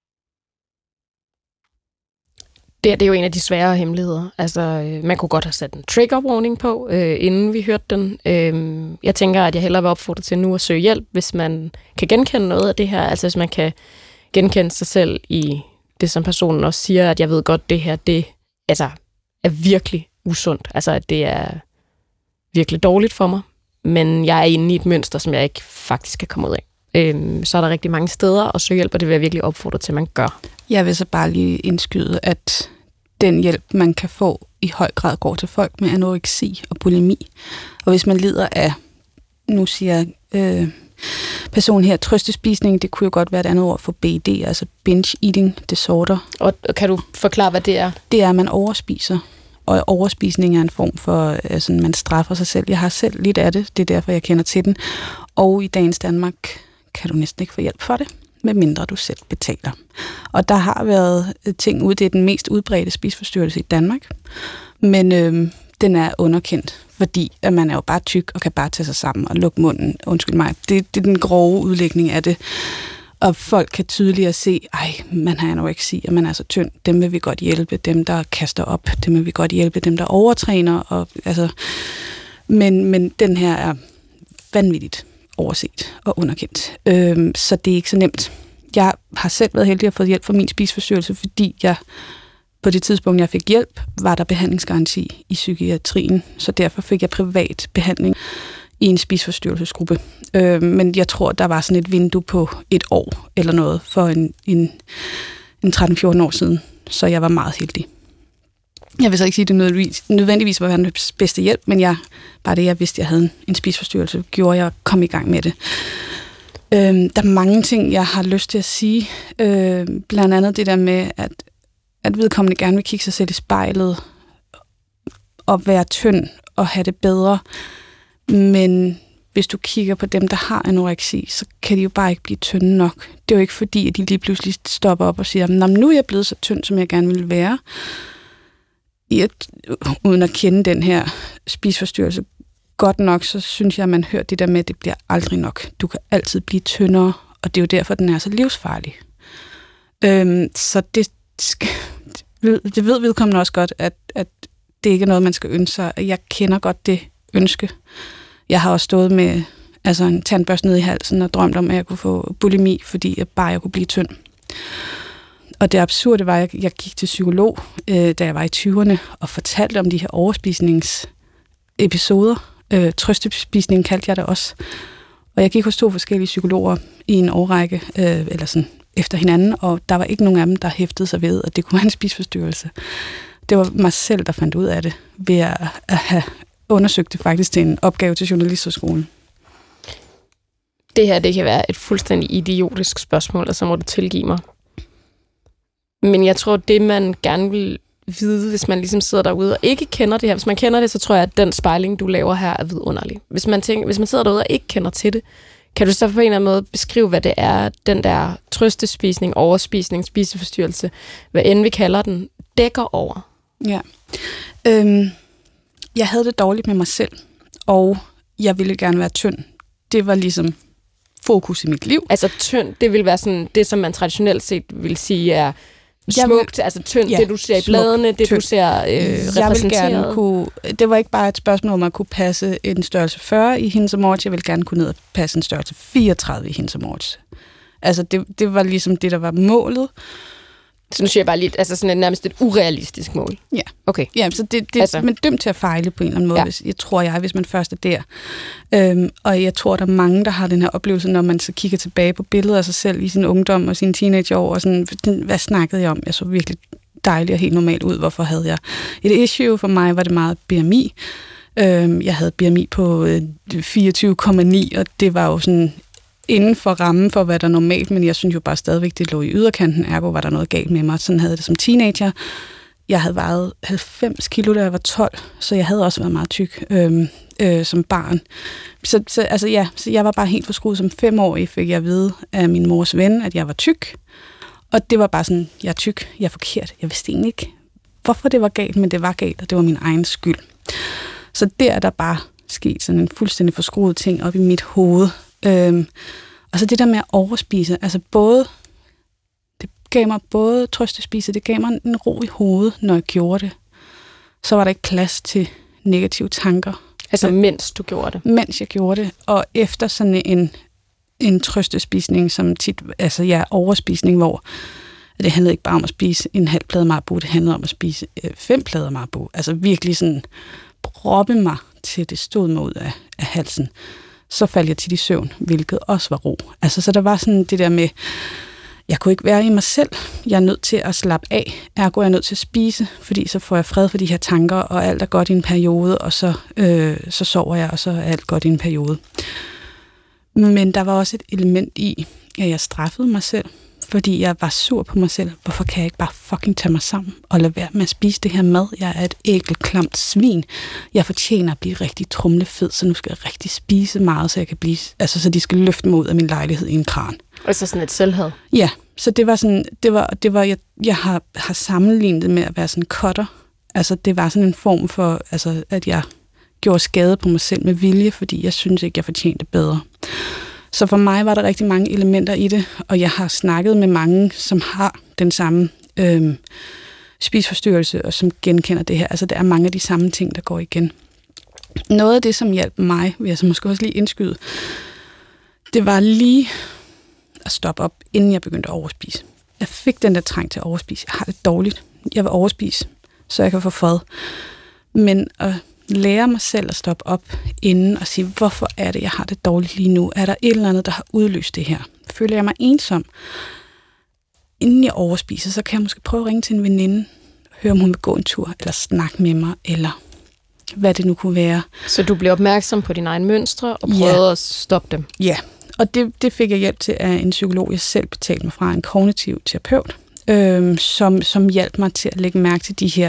Det er jo en af de svære hemmeligheder. Altså, man kunne godt have sat en trigger warning på, inden vi hørte den. Jeg tænker, at jeg hellere vil opfordre til nu at søge hjælp, hvis man kan genkende noget af det her. Altså, hvis man kan genkende sig selv i det, som personen også siger, at jeg ved godt, det her, det altså, er virkelig usundt. Altså, at det er virkelig dårligt for mig. Men jeg er inde i et mønster, som jeg ikke faktisk kan komme ud af. Så er der rigtig mange steder at søge hjælp, og det vil jeg virkelig opfordre til, at man gør. Jeg vil så bare lige indskyde, at den hjælp, man kan få, i høj grad går til folk med anoreksi og bulimi. Og hvis man lider af, nu siger personen her, trøstespisning, det kunne jo godt være et andet ord for BED, altså binge eating disorder. Og kan du forklare, hvad det er? Det er, at man overspiser. Og overspisning er en form for, altså, man straffer sig selv. Jeg har selv lidt af det, det er derfor, jeg kender til den. Og i dagens Danmark kan du næsten ikke få hjælp for det, medmindre du selv betaler. Og der har været ting ude, det er den mest udbredte spiseforstyrrelse i Danmark, men den er underkendt, fordi at man er jo bare tyk og kan bare tage sig sammen og lukke munden. Undskyld mig, det er den grove udlægning af det. Og folk kan tydeligere se, man har anoreksi, og man er så tynd. Dem vil vi godt hjælpe. Dem, der kaster op, dem vil vi godt hjælpe. Dem, der overtræner. Og, altså, men den her er vanvittigt overset og underkendt. Så det er ikke så nemt. Jeg har selv været heldig at få hjælp for min spiseforstyrrelse, fordi jeg på det tidspunkt, jeg fik hjælp, var der behandlingsgaranti i psykiatrien. Så derfor fik jeg privat behandling i en spiseforstyrrelsesgruppe. Men jeg tror, der var sådan et vindue på 1 år eller noget for en 13-14 år siden. Så jeg var meget heldig. Jeg vil så ikke sige, at det nødvendigvis var verdens bedste hjælp, men bare det, jeg vidste, jeg havde en spiseforstyrrelse, gjorde jeg kom i gang med det. Der er mange ting, jeg har lyst til at sige. Blandt andet det der med, at vedkommende gerne vil kigge sig selv i spejlet at være tynd og have det bedre. Men hvis du kigger på dem, der har anoreksi, så kan de jo bare ikke blive tynde nok. Det er jo ikke fordi, at de lige pludselig stopper op og siger, nu er jeg blevet så tynd, som jeg gerne ville være. Uden at kende den her spiseforstyrrelse godt nok, så synes jeg, at man hører det der med, at det bliver aldrig nok. Du kan altid blive tyndere, og det er jo derfor, den er så livsfarlig. Så det ved vedkommende også godt, at det ikke er noget, man skal ønske sig. Jeg kender godt det ønske. Jeg har også stået med en tandbørste nede i halsen og drømt om, at jeg kunne få bulimi, fordi jeg kunne blive tynd. Og det absurde var, at jeg gik til psykolog, da jeg var i 20'erne, og fortalte om de her overspisningsepisoder. Trøstespisning kaldte jeg det også. Og jeg gik hos 2 forskellige psykologer i en årrække, eller sådan efter hinanden, og der var ikke nogen af dem, der hæftede sig ved, at det kunne være en spiseforstyrrelse. Det var mig selv, der fandt ud af det, ved at have undersøgt det faktisk til en opgave til Journalisthøjskolen. Det her, det kan være et fuldstændig idiotisk spørgsmål, og så må du tilgive mig. Men jeg tror, det man gerne vil vide, hvis man ligesom sidder derude og ikke kender det her. Hvis man kender det, så tror jeg, at den spejling, du laver her, er vidunderlig. Hvis man sidder derude og ikke kender til det, kan du så på en eller anden måde beskrive, hvad det er, den der trøstespisning, overspisning, spiseforstyrrelse, hvad end vi kalder den, dækker over? Ja. Jeg havde det dårligt med mig selv, og jeg ville gerne være tynd. Det var ligesom fokus i mit liv. Altså tynd, det vil være sådan det, som man traditionelt set vil sige er smukt, altså tynd, det du ser i bladene, det du ser repræsenteret. Jeg vil gerne det var ikke bare et spørgsmål om at kunne passe en størrelse 40 i Hendes & Mauritz, jeg ville gerne kunne ned og passe en størrelse 34 i Hendes & Mauritz. Altså det var ligesom det, der var målet. Så nu siger jeg bare lidt, altså sådan nærmest et urealistisk mål. Ja. Okay. Ja, så det altså. Man er dømt til at fejle på en eller anden måde, hvis man først er der. Og jeg tror, der er mange, der har den her oplevelse, når man så kigger tilbage på billeder af sig selv i sin ungdom og sine teenageår, og sådan, hvad snakkede jeg om? Jeg så virkelig dejlig og helt normalt ud. Hvorfor havde jeg et issue? For mig var det meget BMI. Jeg havde BMI på 24,9, og det var jo sådan inden for rammen for, hvad der er normalt, men jeg synes jo bare stadigvæk, det lå i yderkanten, ergo var der noget galt med mig. Sådan havde det som teenager. Jeg havde vejet 90 kilo, da jeg var 12, så jeg havde også været meget tyk som barn. Så jeg var bare helt forskruet. Som 5-årig fik jeg at vide af min mors ven, at jeg var tyk. Og det var bare sådan, jeg er tyk, jeg er forkert. Jeg vidste egentlig ikke, hvorfor det var galt, men det var galt, og det var min egen skyld. Så der er der bare sket sådan en fuldstændig forskruet ting op i mit hoved. Og så det der med at overspise, altså det gav mig både trøstespise, det gav mig en ro i hovedet, når jeg gjorde det. Så var der ikke plads til negative tanker. Altså mens du gjorde det? Mens jeg gjorde det, og efter sådan en trøstespisning, som tit, overspisning, hvor det handlede ikke bare om at spise en halv plade Marabou, det handlede om at spise 5 plader Marabou. Altså virkelig sådan proppe mig til det stod mig ud af halsen. Så faldt jeg til i søvn, hvilket også var ro. Altså, så der var sådan det der med, jeg kunne ikke være i mig selv. Jeg er nødt til at slappe af. Ergo er jeg nødt til at spise, fordi så får jeg fred for de her tanker, og alt er godt i en periode, og så sover jeg, og så er alt godt i en periode. Men der var også et element i, at jeg straffede mig selv, fordi jeg var sur på mig selv. Hvorfor kan jeg ikke bare fucking tage mig sammen og lade være med at spise det her mad? Jeg er et ækelklamt svin. Jeg fortjener at blive rigtig trumlefed, så nu skal jeg rigtig spise meget, så jeg kan blive, så de skal løfte mig ud af min lejlighed i en kran. Og så sådan et selvhad? Ja, så det var sådan, jeg har sammenlignet det med at være sådan en cutter. Altså det var sådan en form for, at jeg gjorde skade på mig selv med vilje, fordi jeg synes ikke, jeg fortjente bedre. Så for mig var der rigtig mange elementer i det, og jeg har snakket med mange, som har den samme spiseforstyrrelse, og som genkender det her. Altså, der er mange af de samme ting, der går igen. Noget af det, som hjalp mig, vil jeg så måske også lige indskyde, det var lige at stoppe op, inden jeg begyndte at overspise. Jeg fik den der trang til at overspise. Jeg har det dårligt. Jeg vil overspise, så jeg kan få fred. Men at lære mig selv at stoppe op inden og sige, hvorfor er det, jeg har det dårligt lige nu? Er der et eller andet, der har udløst det her? Føler jeg mig ensom? Inden jeg overspiser, så kan jeg måske prøve at ringe til en veninde, høre om hun vil gå en tur, eller snakke med mig, eller hvad det nu kunne være. Så du blev opmærksom på dine egne mønstre og prøvede at stoppe dem? Ja, og det fik jeg hjælp til af en psykolog, jeg selv betalte mig fra, en kognitiv terapeut, som hjalp mig til at lægge mærke til de her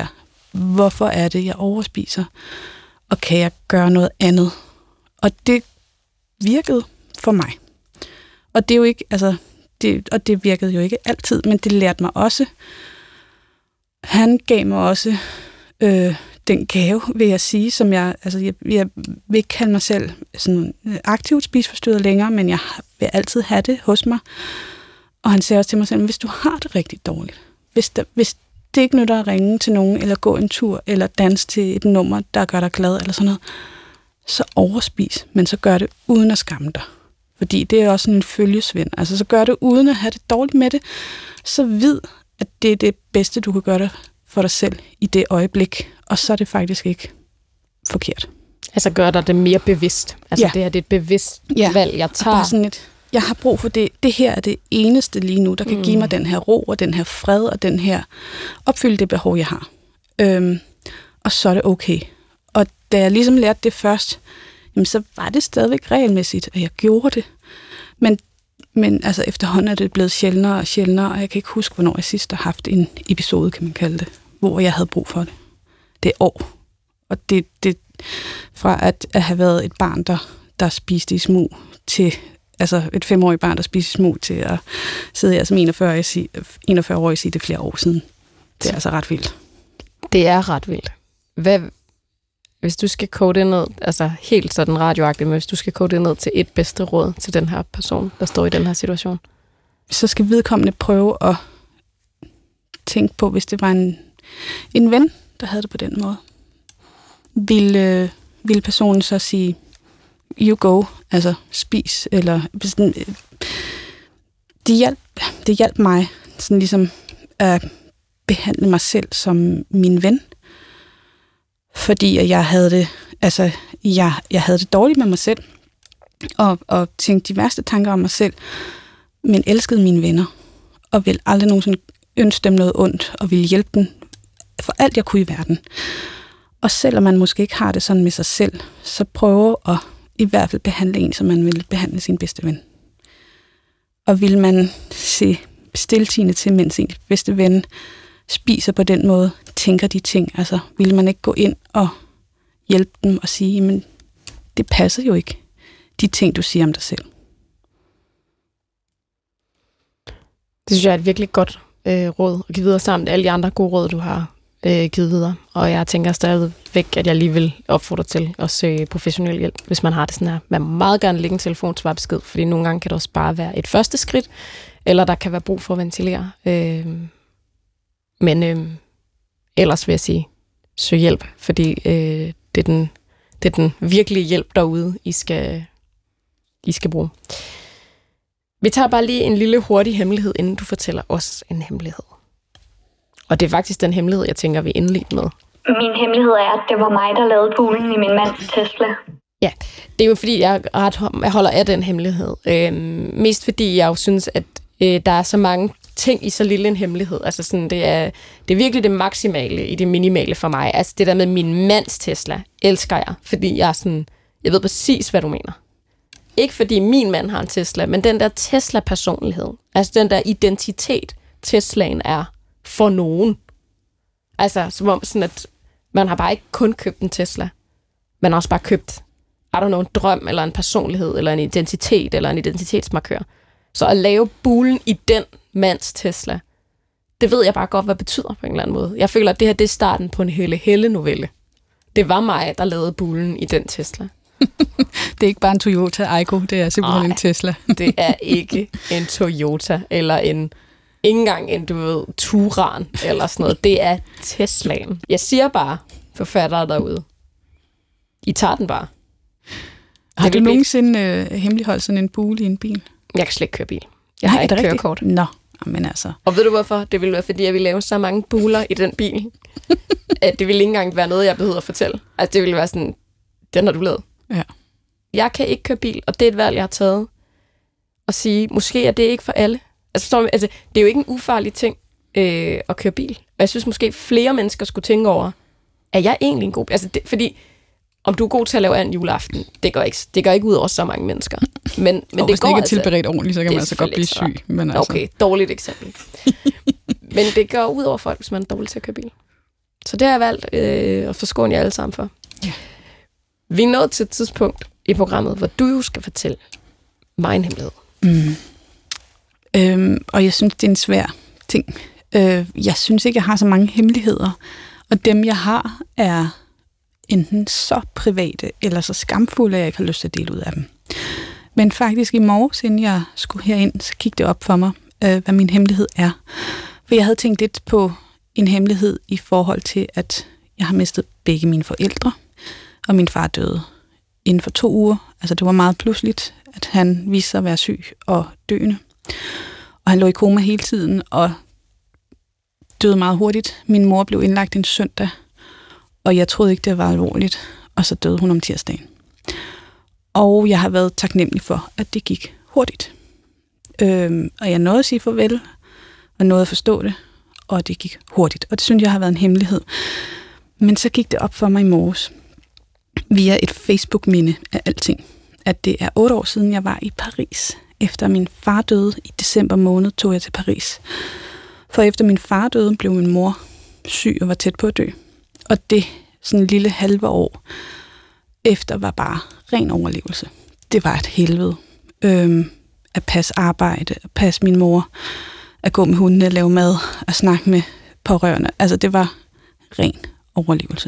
hvorfor er det, jeg overspiser, og kan jeg gøre noget andet? Og det virkede for mig. Og det er jo ikke, altså, det virkede jo ikke altid, men det lærte mig også. Han gav mig også den gave, vil jeg sige, som jeg vil ikke kalde mig selv sådan aktivt spiseforstyrret længere, men jeg vil altid have det hos mig. Og han sagde også til mig selv, hvis du har det rigtig dårligt, hvis det ikke nytter at ringe til nogen, eller gå en tur, eller danse til et nummer, der gør dig glad, eller sådan noget, så overspis, men så gør det uden at skamme dig. Fordi det er også sådan en følgesvend. Altså, så gør det uden at have det dårligt med det, så vid, at det er det bedste, du kan gøre for dig selv i det øjeblik, og så er det faktisk ikke forkert. Altså gør dig det mere bevidst. Altså det her, det er et bevidst valg, jeg tager. Sådan jeg har brug for det. Det her er det eneste lige nu, der kan give mig den her ro, og den her fred, og den her opfylde det behov, jeg har. Og så er det okay. Og da jeg ligesom lærte det først, jamen, så var det stadigvæk regelmæssigt, at jeg gjorde det. Men altså, efterhånden er det blevet sjældnere og sjældnere, og jeg kan ikke huske, hvornår jeg sidst har haft en episode, kan man kalde det, hvor jeg havde brug for det. Det er år. Og det fra at have været et barn, der spiste i smug, til altså et 5-årigt barn, der spiste i smug, til at sidde her som 41-årig og sige det flere år siden. Det er altså ret vildt. Det er ret vildt. Hvis du skal kode det ned, altså helt sådan radioagtigt, men hvis du skal kode det ned til et bedste råd til den her person, der står i den her situation? Så skal vedkommende prøve at tænke på, hvis det var en ven, der havde det på den måde. Vil personen så sige, you go, altså spis, eller det hjalp mig sådan ligesom at behandle mig selv som min ven. Fordi jeg havde det, altså jeg havde det dårligt med mig selv, og tænkte de værste tanker om mig selv, men elskede mine venner, og ville aldrig nogensinde ønske dem noget ondt, og ville hjælpe dem for alt jeg kunne i verden. Og selvom man måske ikke har det sådan med sig selv, så prøve at i hvert fald behandle en, som man ville behandle sin bedste ven. Og vil man se stiltigende til, mens ens bedste ven spiser på den måde, tænker de ting. Altså, vil man ikke gå ind og hjælpe dem og sige, men det passer jo ikke, de ting, du siger om dig selv. Det synes jeg er et virkelig godt råd at give videre sammen med alle de andre gode råd, du har givet videre. Og jeg tænker stadigvæk, at jeg lige vil opfordre til at søge professionel hjælp, hvis man har det sådan her. Man må meget gerne lægge en telefonsvarbesked, fordi nogle gange kan det også bare være et første skridt, eller der kan være brug for at ventilere. Men ellers vil jeg sige, søg hjælp, fordi det er den virkelige hjælp derude, I skal bruge. Vi tager bare lige en lille hurtig hemmelighed, inden du fortæller os en hemmelighed. Og det er faktisk den hemmelighed, jeg tænker, vi indledte med. Min hemmelighed er, at det var mig, der lavede bulen i min mands Tesla. Ja, det er jo fordi, jeg holder af den hemmelighed. Mest fordi jeg jo synes, at der er så mange ting i så lille en hemmelighed. Altså sådan, det er virkelig det maksimale i det minimale for mig. Altså det der med min mands Tesla, elsker jeg. Fordi jeg ved præcis, hvad du mener. Ikke fordi min mand har en Tesla, men den der Tesla-personlighed. Altså den der identitet, Teslaen er for nogen. Altså som om sådan, at man har bare ikke kun købt en Tesla. Man har også bare købt, en drøm, eller en personlighed, eller en identitet, eller en identitetsmarkør. Så at lave bulen i den mands Tesla, det ved jeg bare godt, hvad det betyder på en eller anden måde. Jeg føler, at det her det er starten på en Helle-novelle. Det var mig, der lavede bulen i den Tesla. Det er ikke bare en Toyota Aygo, det er simpelthen en Tesla. Det er ikke en Toyota, eller ikke engang en, Turan, eller sådan noget. Det er Teslaen. Jeg siger bare, forfattere derude, I tager den bare. Har du nogensinde hemmeligholdt sådan en bule i en bil? Jeg kan slet ikke køre bil. Jeg har ikke kørekort. Nå, men altså. Og ved du hvorfor? Det ville være, fordi jeg ville lave så mange buler i den bil, at det ville ikke engang være noget, jeg behøver at fortælle. Altså det ville være sådan, den har du lavet. Ja. Jeg kan ikke køre bil, og det er et valg, jeg har taget. Og sige, måske er det ikke for alle. Altså det er jo ikke en ufarlig ting at køre bil. Og jeg synes måske, flere mennesker skulle tænke over, er jeg egentlig en god bil? Altså fordi om du er god til at lave anden juleaften, det går ikke ud over så mange mennesker. Men det går hvis det ikke er tilberedt ordentligt, så kan man altså godt blive syg. Men altså. Okay, dårligt eksempel. Men det går ud over folk, hvis man er dårlig til at køre bil. Så det har jeg valgt at forskåne jer alle sammen for. Ja. Vi er nået til et tidspunkt i programmet, hvor du jo skal fortælle mig en hemmelighed. Og jeg synes, det er en svær ting. Jeg synes ikke, jeg har så mange hemmeligheder. Og dem, jeg har, er enten så private, eller så skamfulde, at jeg ikke har lyst til at dele ud af dem. Men faktisk i morges, inden jeg skulle herind, så kiggede det op for mig, hvad min hemmelighed er. For jeg havde tænkt lidt på en hemmelighed i forhold til, at jeg har mistet begge mine forældre, og min far døde inden for 2 uger. Altså det var meget pludseligt, at han viste sig at være syg og døende. Og han lå i koma hele tiden, og døde meget hurtigt. Min mor blev indlagt en søndag, og jeg troede ikke, det var alvorligt. Og så døde hun om tirsdagen. Og jeg har været taknemmelig for, at det gik hurtigt. Og jeg nåede at sige farvel, og nåede at forstå det, og det gik hurtigt. Og det synes jeg har været en hemmelighed. Men så gik det op for mig i morges, via et Facebook-minde af alting, at det er 8 år siden, jeg var i Paris. Efter min far døde i december måned, tog jeg til Paris. For efter min far døde, blev min mor syg og var tæt på at dø. Og det sådan en lille halve år efter var bare ren overlevelse. Det var et helvede. At passe arbejde, at passe min mor, at gå med hundene, at lave mad, at snakke med pårørende. Altså det var ren overlevelse.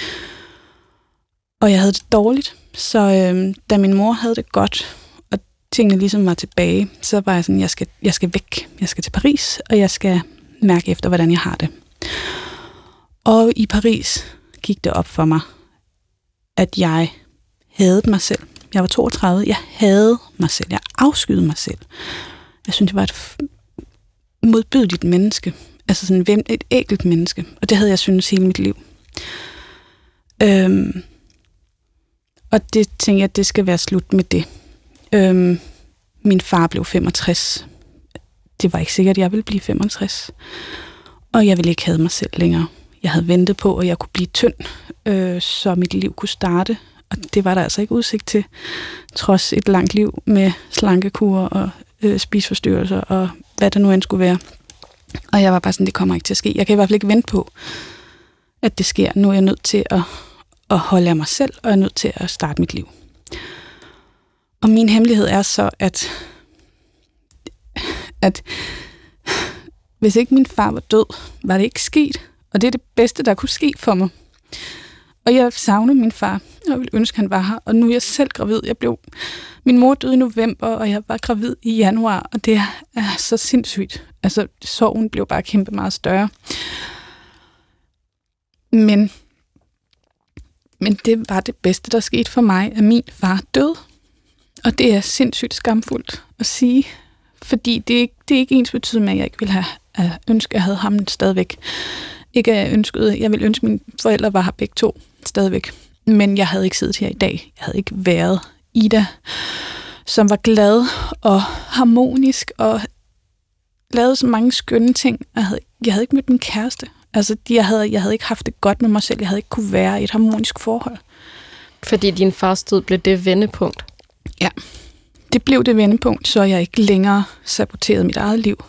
Og jeg havde det dårligt, så da min mor havde det godt, og tingene ligesom var tilbage, så var jeg sådan, jeg skal væk. Jeg skal til Paris, og jeg skal mærke efter, hvordan jeg har det. Og i Paris gik det op for mig, at jeg hadede mig selv. Jeg var 32, jeg hadede mig selv. Jeg afskyede mig selv. Jeg synes, jeg var et modbydeligt menneske. Altså sådan et ækelt menneske. Og det havde jeg syntes hele mit liv. Og det tænkte jeg, at det skal være slut med det. Min far blev 65. Det var ikke sikkert, at jeg ville blive 65. Og jeg ville ikke have mig selv længere. Jeg havde ventet på, at jeg kunne blive tynd, så mit liv kunne starte. Og det var der altså ikke udsigt til, trods et langt liv med slankekur og spiseforstyrrelser og hvad der nu end skulle være. Og jeg var bare sådan, det kommer ikke til at ske. Jeg kan i hvert fald ikke vente på, at det sker. Nu er jeg nødt til at holde af mig selv, og jeg er nødt til at starte mit liv. Og min hemmelighed er så, at hvis ikke min far var død, var det ikke sket. Og det er det bedste, der kunne ske for mig. Og jeg savner min far, og jeg ville ønske, han var her. Og nu er jeg selv gravid. Min mor døde i november, og jeg var gravid i januar, og det er så sindssygt. Altså, sorgen blev bare kæmpe meget større. Men det var det bedste, der skete for mig, at min far døde. Og det er sindssygt skamfuldt at sige, fordi det er ikke ens betydning med, at jeg ikke ville have ønsket, at jeg havde ham stadigvæk. Ikke at jeg ville ønske, at mine forældre var her begge to stadigvæk. Men jeg havde ikke siddet her i dag. Jeg havde ikke været Ida, som var glad og harmonisk og lavede så mange skønne ting. Jeg havde ikke mødt min kæreste. Altså, jeg havde ikke haft det godt med mig selv. Jeg havde ikke kunne være i et harmonisk forhold. Fordi din fars død blev det vendepunkt? Ja, det blev det vendepunkt, så jeg ikke længere saboterede mit eget liv.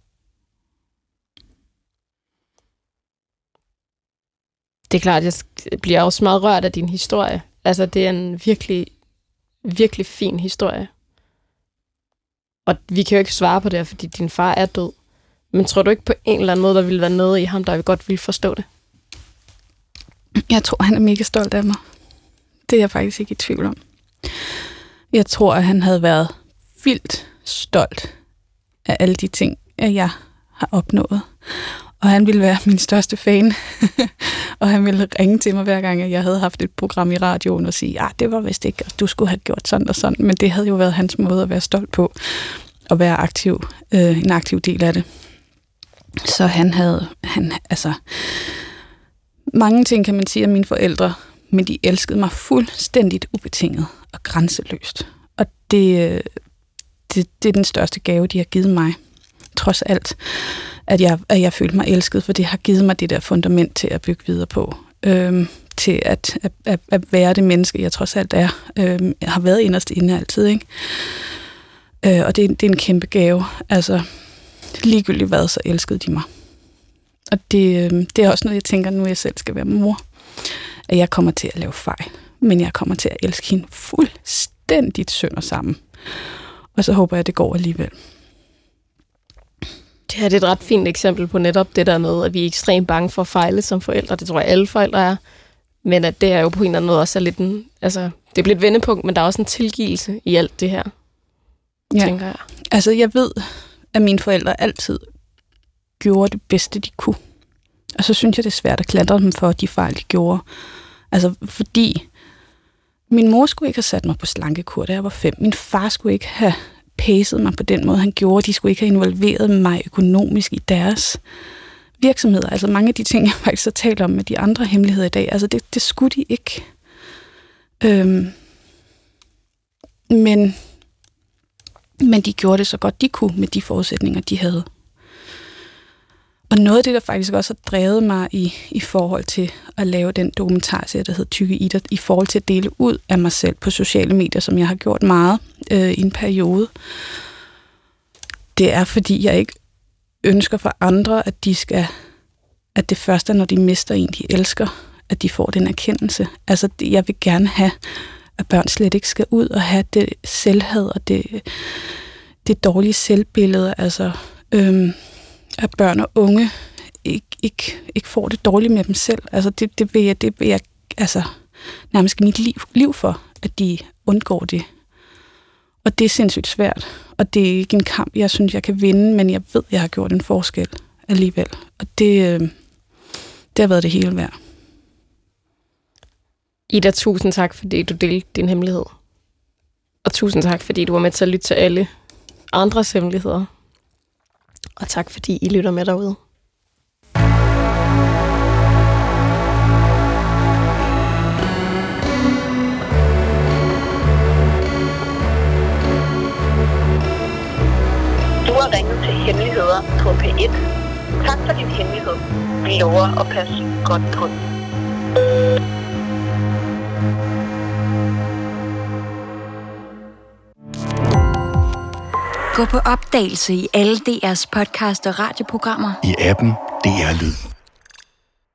Det er klart, jeg bliver også meget rørt af din historie. Altså, det er en virkelig, virkelig fin historie. Og vi kan jo ikke svare på det, fordi din far er død. Men tror du ikke på en eller anden måde, der ville være noget i ham, der godt ville forstå det? Jeg tror, han er mega stolt af mig. Det er jeg faktisk ikke i tvivl om. Jeg tror, at han havde været vildt stolt af alle de ting, at jeg har opnået. Og han ville være min største fan. Og han ville ringe til mig hver gang, at jeg havde haft et program i radioen og sige, det var vist ikke, at du skulle have gjort sådan og sådan. Men det havde jo været hans måde at være stolt på og være aktiv, en aktiv del af det. Så altså mange ting kan man sige af mine forældre, men de elskede mig fuldstændigt ubetinget og grænseløst. Og det er den største gave, de har givet mig. Trods alt, at jeg følte mig elsket, for det har givet mig det der fundament til at bygge videre på. Til at være det menneske, jeg trods alt er. Jeg har været inderst inde altid, ikke? Og det er en kæmpe gave. Altså, ligegyldigt hvad, så elskede de mig. Og det er også noget, jeg tænker, nu jeg selv skal være mor, at jeg kommer til at lave fejl. Men jeg kommer til at elske hende fuldstændigt sønder sammen. Og så håber jeg, at det går alligevel. Det her er et ret fint eksempel på netop det der med, at vi er ekstremt bange for at fejle som forældre. Det tror jeg, alle forældre er. Men at det er jo på en eller anden måde også er lidt en... Altså, det bliver et vendepunkt, men der er også en tilgivelse i alt det her, tænker jeg. Altså, jeg ved, at mine forældre altid gjorde det bedste, de kunne. Og så synes jeg, det er svært at klandre dem for de fejl, de gjorde. Altså, fordi min mor skulle ikke have sat mig på slankekur, da jeg var 5. Min far skulle ikke have pacet mig på den måde, han gjorde. De skulle ikke have involveret mig økonomisk i deres virksomheder. Altså mange af de ting, jeg faktisk har talt om med de andre hemmeligheder i dag, altså det skulle de ikke. Men de gjorde det så godt, de kunne med de forudsætninger, de havde. Og noget af det, der faktisk også har drevet mig i forhold til at lave den dokumentarserie, der hedder Tykke Ida, i forhold til at dele ud af mig selv på sociale medier, som jeg har gjort meget i en periode, det er, fordi jeg ikke ønsker for andre, at det første er, når de mister en, de elsker, at de får den erkendelse. Altså, jeg vil gerne have, at børn slet ikke skal ud og have det selvhad og det dårlige selvbillede, altså at børn og unge ikke får det dårligt med dem selv. Altså, det vil jeg altså, nærmest give mit liv for, at de undgår det. Og det er sindssygt svært. Og det er ikke en kamp, jeg synes, jeg kan vinde, men jeg ved, jeg har gjort en forskel alligevel. Og det har været det hele værd. Ida, tusind tak, fordi du delte din hemmelighed. Og tusind tak, fordi du var med til at lytte til alle andres hemmeligheder. Og tak, fordi I lytter med derude. Du har ringet til Hemmeligheder på P1. Tak for din hemmelighed. Vi lover at passe godt på den. Gå på opdagelse i alle DR's podcast og radioprogrammer. I appen DR Lyd.